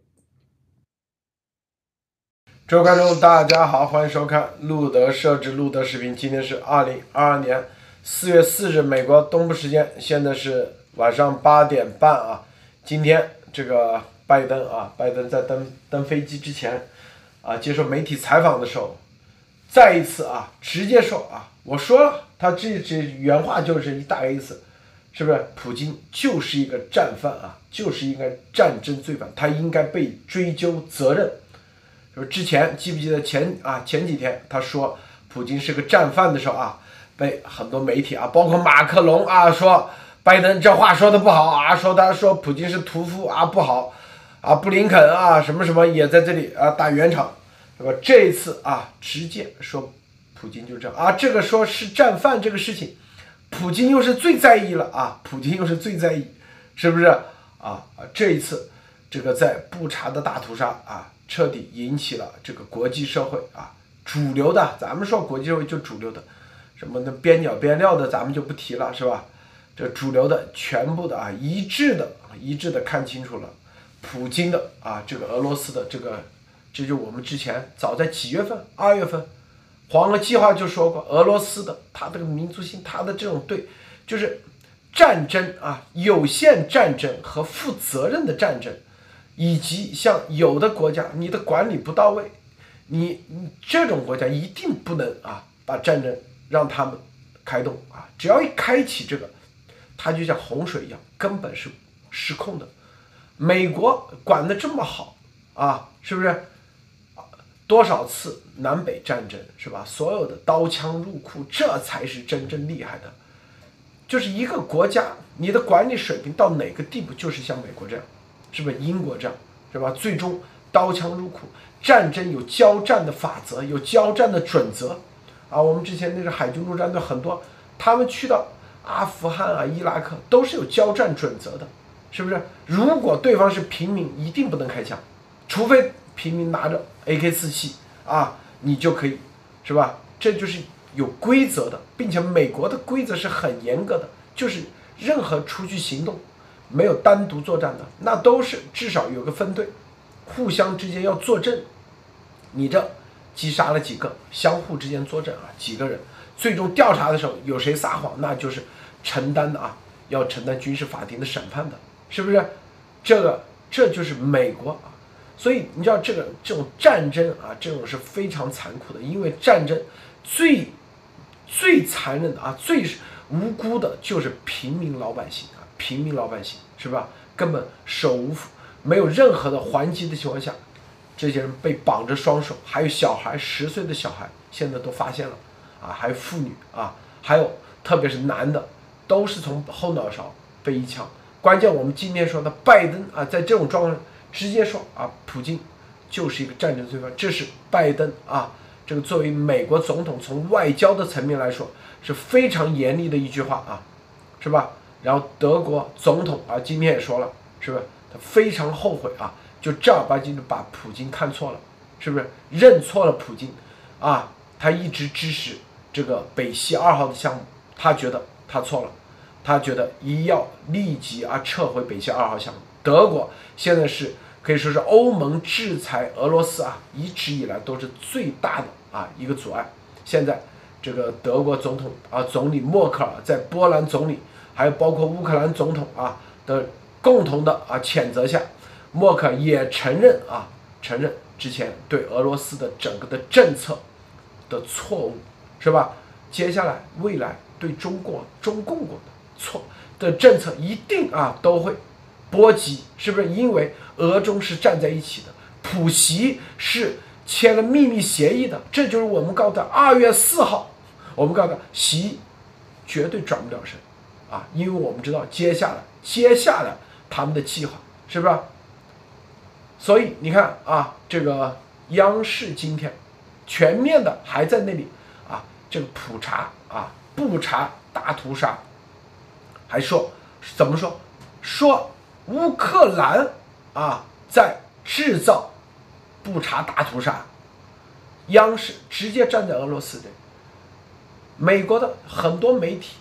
诸位观众，大家好，欢迎收看路德设置路德视频。今天是2022年4月4日，美国东部时间，现在是晚上8点半啊。今天这个拜登在登飞机之前啊，接受媒体采访的时候，再一次啊，直接说啊，我说了，他这原话就是一大概意思，是不是？普京就是一个战犯啊，就是一个战争罪犯，他应该被追究责任。之前记不记得前几天他说普京是个战犯的时候啊，被很多媒体啊，包括马克龙啊说拜登这话说的不好啊，他说普京是屠夫啊不好啊，布林肯啊什么也在这里啊打圆场，是吧？这一次啊直接说普京就这样啊，这个说是战犯这个事情，普京又是最在意了啊，是不是啊？这一次这个在布查的大屠杀啊，彻底引起了这个国际社会啊，主流的，咱们说国际社会就主流的，什么的边角边料的咱们就不提了，是吧？这主流的全部的啊，一致的看清楚了，普京的啊，这个俄罗斯的这就我们之前早在几月份，2月份，黄河计划就说过，俄罗斯的他这个民族性，他的这种就是战争啊，有限战争和负责任的战争。以及像有的国家你的管理不到位，你这种国家一定不能啊把战争让他们开动啊，只要一开启这个，它就像洪水一样，根本是失控的。美国管得这么好啊，是不是？多少次南北战争是吧？所有的刀枪入库，这才是真正厉害的。就是一个国家，你的管理水平到哪个地步，就是像美国这样。是不是英国这样，是吧？最终刀枪入库，战争有交战的法则，有交战的准则啊。我们之前那个海军陆战队很多，他们去到阿富汗啊、伊拉克都是有交战准则的，是不是？如果对方是平民，一定不能开枪，除非平民拿着 AK-47啊，你就可以，是吧？这就是有规则的，并且美国的规则是很严格的，就是任何出去行动。没有单独作战的，那都是至少有个分队，互相之间要作证。你这击杀了几个，相互之间作证啊，几个人，最终调查的时候有谁撒谎，那就是承担的啊，要承担军事法庭的审判的，是不是？这就是美国啊，所以你知道这种战争啊，这种是非常残酷的，因为战争最残忍的啊，最无辜的就是平民老百姓。平民老百姓是吧？根本手无没有任何的还击的情况下，这些人被绑着双手，还有小孩10岁的小孩，现在都发现了啊，还有妇女啊，还有特别是男的，都是从后脑勺被一枪。关键我们今天说的拜登啊，在这种状况直接说啊，普京就是一个战争罪犯，这是拜登啊，这个作为美国总统从外交的层面来说是非常严厉的一句话啊，是吧？然后德国总统啊，今天也说了，是不是？他非常后悔啊，就正儿八经的把普京看错了，是不是？认错了普京啊，他一直支持这个北溪2号的项目，他觉得他错了，他觉得要立即啊撤回北溪2号项目。德国现在是可以说是欧盟制裁俄罗斯啊，一直以来都是最大的啊一个阻碍。现在这个德国总统啊，总理默克尔在波兰总理。还有包括乌克兰总统啊的共同的啊谴责下，默克尔也承认之前对俄罗斯的整个的政策的错误，是吧？接下来未来对中共国的错的政策一定啊都会波及，是不是？因为俄中是站在一起的，普习是签了秘密协议的，这就是我们告诉他2月4号，我们告诉他习绝对转不了身。啊，因为我们知道接下来他们的计划是不是？所以你看啊，这个央视今天全面的还在那里啊，这个布查大屠杀，还说怎么说？说乌克兰啊在制造布查大屠杀，央视直接站在俄罗斯这里，美国的很多媒体。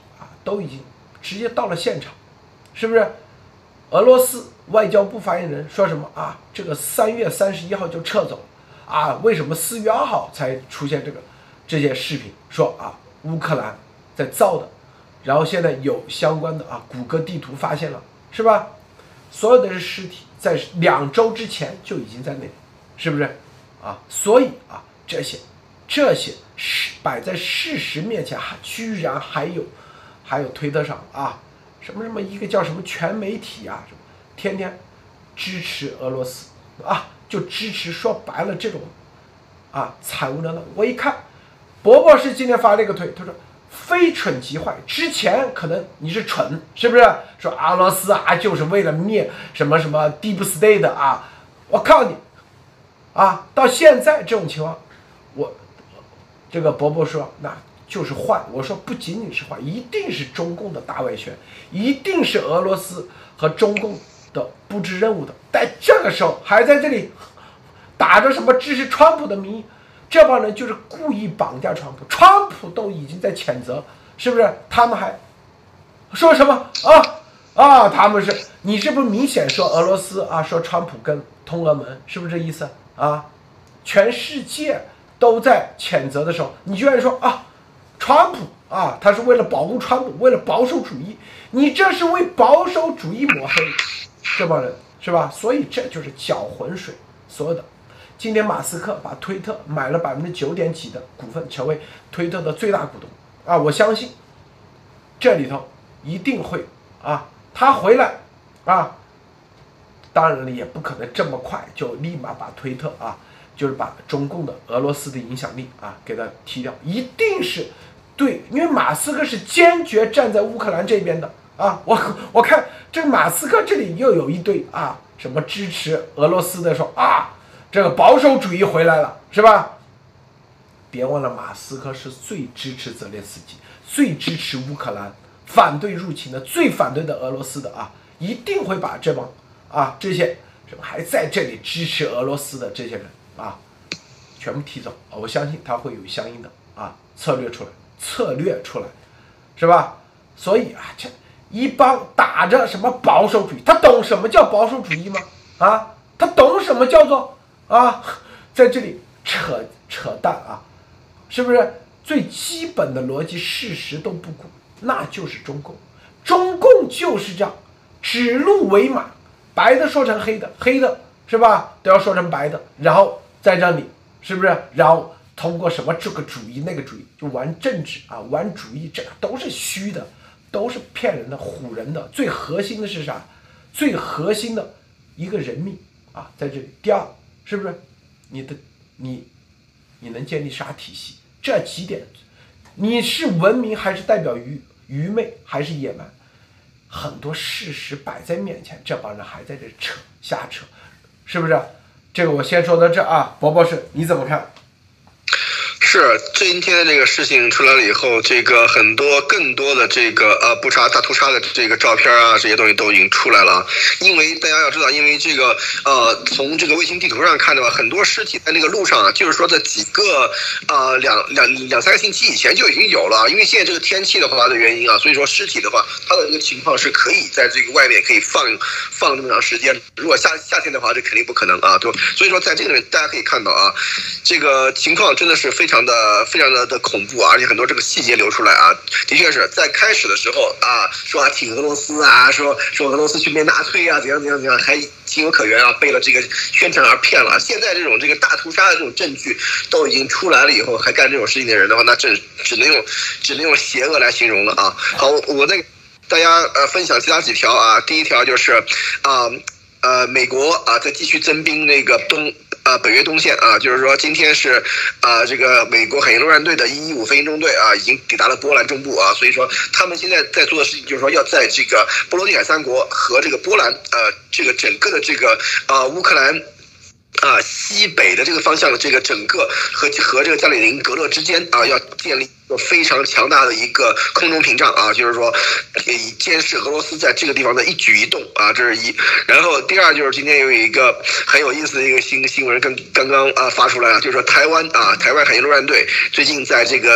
都已经直接到了现场，是不是？俄罗斯外交部发言人说什么啊？这个3月31号就撤走啊？为什么4月2号才出现这些视频？说啊，乌克兰在造的，然后现在有相关的啊，谷歌地图发现了，是吧？所有的尸体在2周之前就已经在那里，是不是？啊，所以啊，这些摆在事实面前，居然还有推特上啊，什么一个叫什么全媒体啊，什么天天支持俄罗斯啊，就支持，说白了这种啊惨无人道。我一看，伯伯是今天发了一个推，他说非蠢即坏，之前可能你是蠢，是不是？说俄罗斯啊就是为了灭什么 Deep State 啊，我告诉你啊，到现在这种情况，这个伯伯说那就是坏。我说不仅仅是坏，一定是中共的大外宣，一定是俄罗斯和中共的布置任务的。在这个时候还在这里打着什么支持川普的名义，这帮人就是故意绑架川普。川普都已经在谴责，是不是？他们还说什么他们是，你是不是明显说俄罗斯啊，说川普跟通俄门，是不是这意思啊？全世界都在谴责的时候，你居然说啊，川普啊，他是为了保护川普，为了保守主义，你这是为保守主义抹黑，这帮人是吧？所以这就是搅浑水，所有的。今天马斯克把推特买了9%几的股份，成为推特的最大股东啊！我相信这里头一定会啊，他回来啊，当然了，也不可能这么快就立马把推特啊，就是把中共的俄罗斯的影响力啊给他踢掉，一定是对，因为马斯克是坚决站在乌克兰这边的啊！我看这个马斯克这里又有一堆啊，什么支持俄罗斯的说啊，这个保守主义回来了，是吧？别忘了，马斯克是最支持泽连斯基，最支持乌克兰，反对入侵的，最反对的俄罗斯的啊，一定会把这帮啊这些什么还在这里支持俄罗斯的这些人啊，全部踢走。我相信他会有相应的啊策略出来，是吧？所以啊，这一帮打着什么保守主义，他懂什么叫保守主义吗？啊，他懂什么叫做啊，在这里扯淡啊，是不是？最基本的逻辑事实都不顾，那就是中共。中共就是这样，指鹿为马，白的说成黑的，黑的是吧？都要说成白的，然后在这里是不是？然后通过什么这个主义那个主义，就玩政治啊，玩主义，这个都是虚的，都是骗人的、唬人的。最核心的是啥？最核心的一个人命啊，在这里。第二，是不是你能建立啥体系？这几点，你是文明还是代表愚昧还是野蛮？很多事实摆在面前，这帮人还在这瞎扯，是不是？这个我先说到这啊，博博士你怎么看？ 是今天的这个事情出来了以后，这个更多的这个大屠杀的这个照片啊，这些东西都已经出来了。因为大家要知道，因为这个从这个卫星地图上看的话，很多尸体在那个路上啊，就是说在几个两三个星期以前就已经有了。因为现在这个天气的话的原因啊，所以说尸体的话，它的一个情况是可以在这个外面可以放这么长时间。如果夏天的话，这肯定不可能啊，对。所以说在这个里面大家可以看到啊，这个情况真的是非常的恐怖啊，而且很多这个细节流出来啊，的确是在开始的时候啊，说挺俄罗斯啊，说俄罗斯去灭纳粹啊，怎样，还情有可原啊，被了这个宣传而骗了。现在这个大屠杀的这种证据都已经出来了以后，还干这种事情的人的话，那这只能用邪恶来形容了啊。好，我再给大家分享其他几条啊。第一条就是美国啊在继续增兵那个北约东线啊，就是说今天是这个美国海鹰陆战队的115飞行中队啊，已经抵达了波兰中部啊，所以说他们现在在做的事情就是说要在这个波罗的海三国和这个波兰这个整个的这个乌克兰西北的这个方向的这个整个和这个加里宁格勒之间啊，要建立一个非常强大的一个空中屏障啊，就是说以监视俄罗斯在这个地方的一举一动啊，这是一。然后第二就是今天有一个很有意思的一个新闻刚刚发出来啊，就是说台湾海鹰陆战队最近在这个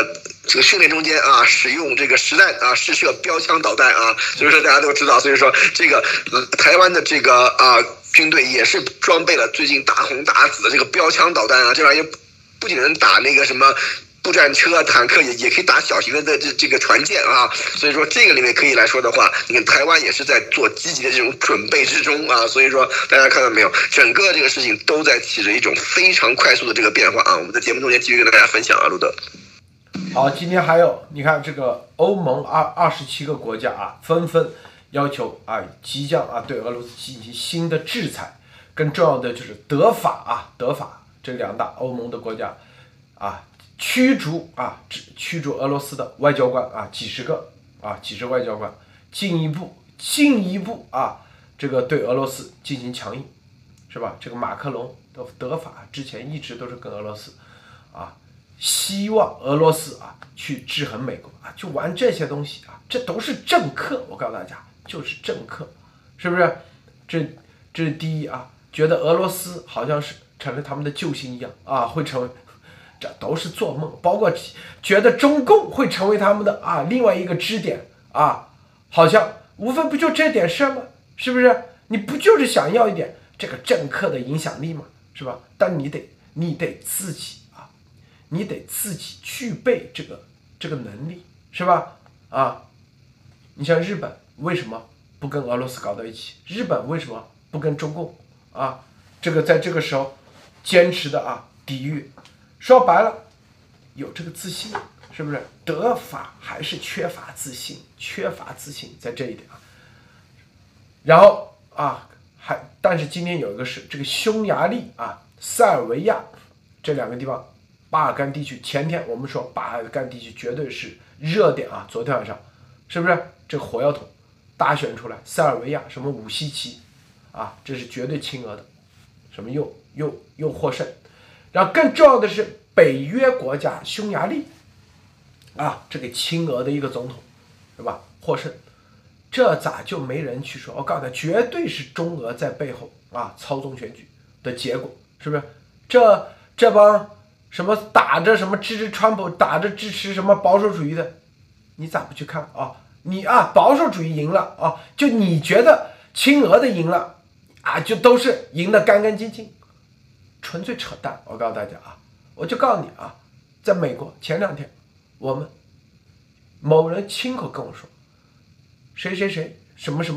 这个训练中间啊，使用这个实弹啊试射标枪导弹啊，所以说大家都知道，所以说这个台湾的这个军队也是装备了最近大红大紫的这个标枪导弹啊，这玩意儿不仅能打那个什么步战车、坦克，也可以打小型的这个船舰啊，所以说这个里面可以来说的话，你看台湾也是在做积极的这种准备之中啊，所以说大家看到没有，整个这个事情都在起着一种非常快速的这个变化啊。我们在节目中间继续跟大家分享啊，路德。 好，今天还有你看这个欧盟27个国家啊，纷纷要求啊，即将啊对俄罗斯进行新的制裁。更重要的就是德法这2大欧盟的国家啊，驱逐俄罗斯的外交官啊，几十外交官，进一步啊，这个对俄罗斯进行强硬，是吧？这个马克龙的德法之前一直都是跟俄罗斯啊。希望俄罗斯啊去制衡美国啊，就玩这些东西啊，这都是政客。我告诉大家，就是政客，是不是？这是第一啊，觉得俄罗斯好像是成了他们的救星一样啊，会成为，这都是做梦。包括觉得中共会成为他们的另外一个支点啊，好像无非不就这点事吗？是不是？你不就是想要一点这个政客的影响力吗？是吧？但你得自己。你得自己具备这个能力，是吧？啊，你像日本为什么不跟俄罗斯搞到一起？日本为什么不跟中共啊？这个在这个时候坚持的抵御，说白了有这个自信，是不是？德法还是缺乏自信在这一点啊。然后但是今天有一个是这个匈牙利塞尔维亚这2个地方。巴尔干地区，前天我们说巴尔干地区绝对是热点啊！昨天晚上，是不是这个火药桶大选出来？塞尔维亚什么武西奇这是绝对亲俄的，什么又获胜。然后更重要的是北约国家匈牙利这个亲俄的一个总统，是吧？获胜，这咋就没人去说？我告诉他，绝对是中俄在背后操纵选举的结果，是不是？这帮。什么打着什么支持川普，打着支持什么保守主义的，你咋不去看你保守主义赢了就你觉得亲俄的赢了就都是赢得干干净净，纯粹扯淡！我告诉大家我就告诉你在美国前2天，我们某人亲口跟我说，谁什么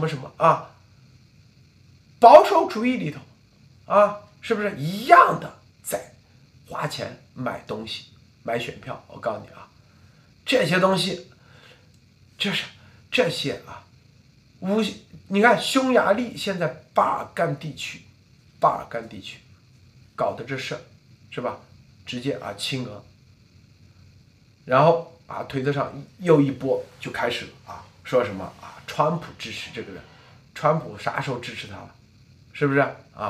保守主义里头是不是一样的在花钱买东西买选票？我告诉你这些东西，这些你看匈牙利现在巴尔干地区搞的这事是吧？直接亲俄，然后推特上又一波就开始了说什么川普支持这个人，川普啥时候支持他了？是不是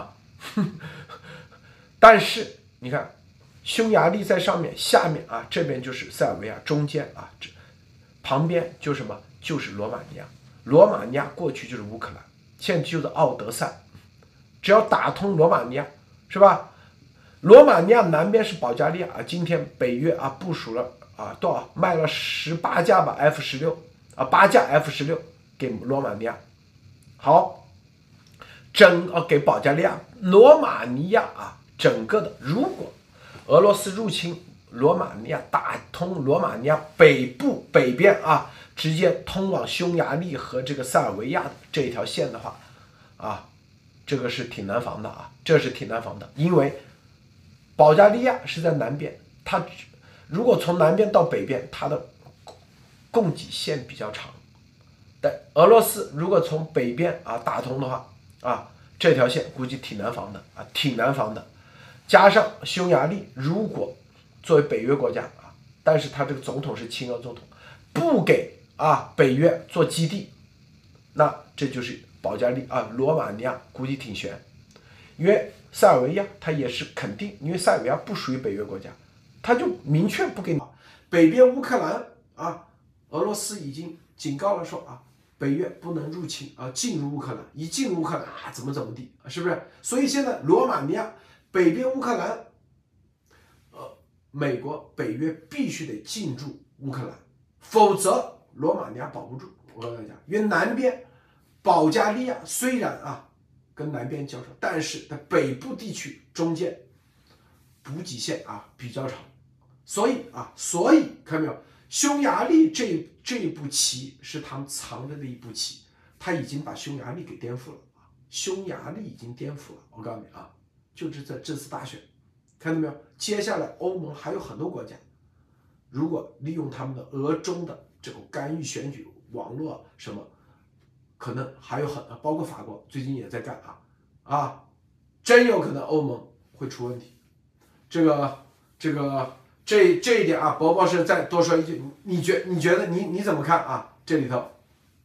但是你看。匈牙利在上面，下面这边就是塞尔维亚，中间旁边就是什么？就是罗马尼亚。罗马尼亚过去就是乌克兰，现在就是奥德赛。只要打通罗马尼亚，是吧？罗马尼亚南边是保加利亚今天北约部署了多少？卖了18架吧 F16 8架 F16给罗马尼亚。好，给保加利亚，罗马尼亚整个的如果。俄罗斯入侵罗马尼亚，打通罗马尼亚北边直接通往匈牙利和这个塞尔维亚的这一条线的话这个是挺难防的这是挺难防的，因为保加利亚是在南边，它如果从南边到北边，它的供给线比较长，但俄罗斯如果从北边打通的话这条线估计挺难防的加上匈牙利如果作为北约国家但是他这个总统是亲俄总统，不给北约做基地，那这就是保加利罗马尼亚估计挺悬，因为塞尔维亚它也是肯定，因为塞尔维亚不属于北约国家，他就明确不给你。北边乌克兰俄罗斯已经警告了说北约不能入侵进入乌克兰，一进入乌克兰怎么地，是不是？所以现在罗马尼亚北边乌克兰，美国北约必须得进驻乌克兰，否则罗马尼亚保不住。我跟大家讲，因为南边保加利亚虽然跟南边交手，但是在北部地区中间补给线比较长，所以看到没有，匈牙利这一步棋是他们藏着的一步棋，他已经把匈牙利给颠覆了。匈牙利已经颠覆了，我告诉你就是在这次大选，看到没有？接下来欧盟还有很多国家，如果利用他们的俄中的这种干预选举、网络什么，可能还有包括法国最近也在干真有可能欧盟会出问题。这一点伯伯是再多说一句，你觉得你怎么看这里头？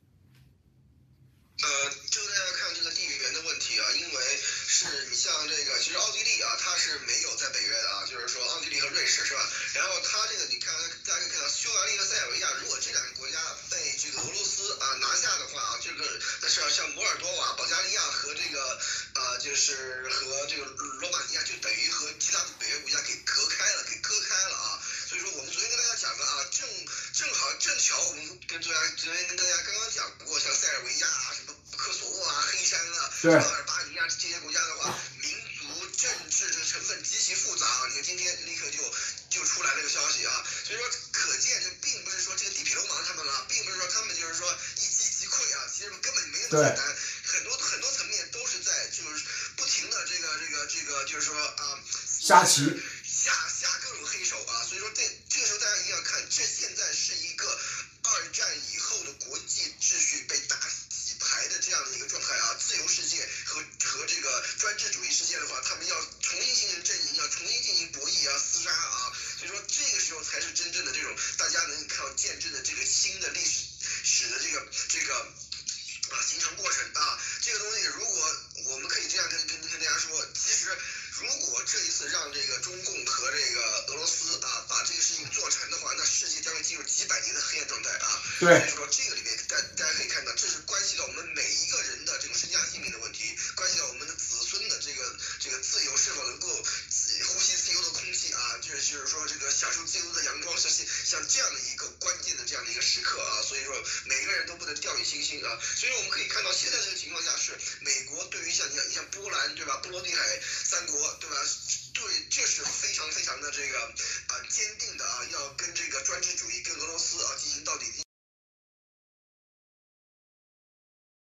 就大家看这个地缘的问题因为是你像这个，其实奥地利它是没有在北约的就是说奥地利和瑞士是吧？然后它这个你看，大家可以看到匈牙利和塞尔维亚，如果这两个国家被这个俄罗斯拿下的话这个但是像摩尔多瓦、保加利亚和这个就是和这个罗马尼亚，就等于和其他的北约国家给割开了所以说我们昨天跟大家讲的正巧我们昨天跟大家刚刚讲过，像塞尔维亚什么科索沃黑山对， 阿尔巴尼亚这些国家的话，民族政治这个成分极其复杂你看今天立刻就出来这个消息所以说可见这并不是说这个地痞流氓他们并不是说他们就是说一击即溃其实根本没那么简单，很多层面都是在就是不停的这个就是说下棋下各种黑手所以说这个时候大家一定要看，这现在是一个二战以后的国际秩序被大洗牌的这样的一个状态自由世界和这个专制主义世界的话，他们要重新形成阵营，要重新进行博弈厮杀所以说这个时候才是真正的这种大家能看到见证的这个新的历史的这个形成过程这个东西如果我们可以这样跟大家说，其实如果这一次让这个中共和这个俄罗斯把这个事情做成的话，那世界将会进入几百年的黑暗状态对， 所以说这个里面大家可以看到，这是关系到我们每一个人的这个身家性命的问题，关系到我们的子孙的这个自由是否能够呼吸自由的空气就是说这个享受自由的阳光，像这样的一个关键的这样的一个时刻所以说每个人都不能掉以轻心所以我们可以看到现在这个情况下是美国对于像波兰对吧，波罗的海三国对吧，对，这是非常非常的这个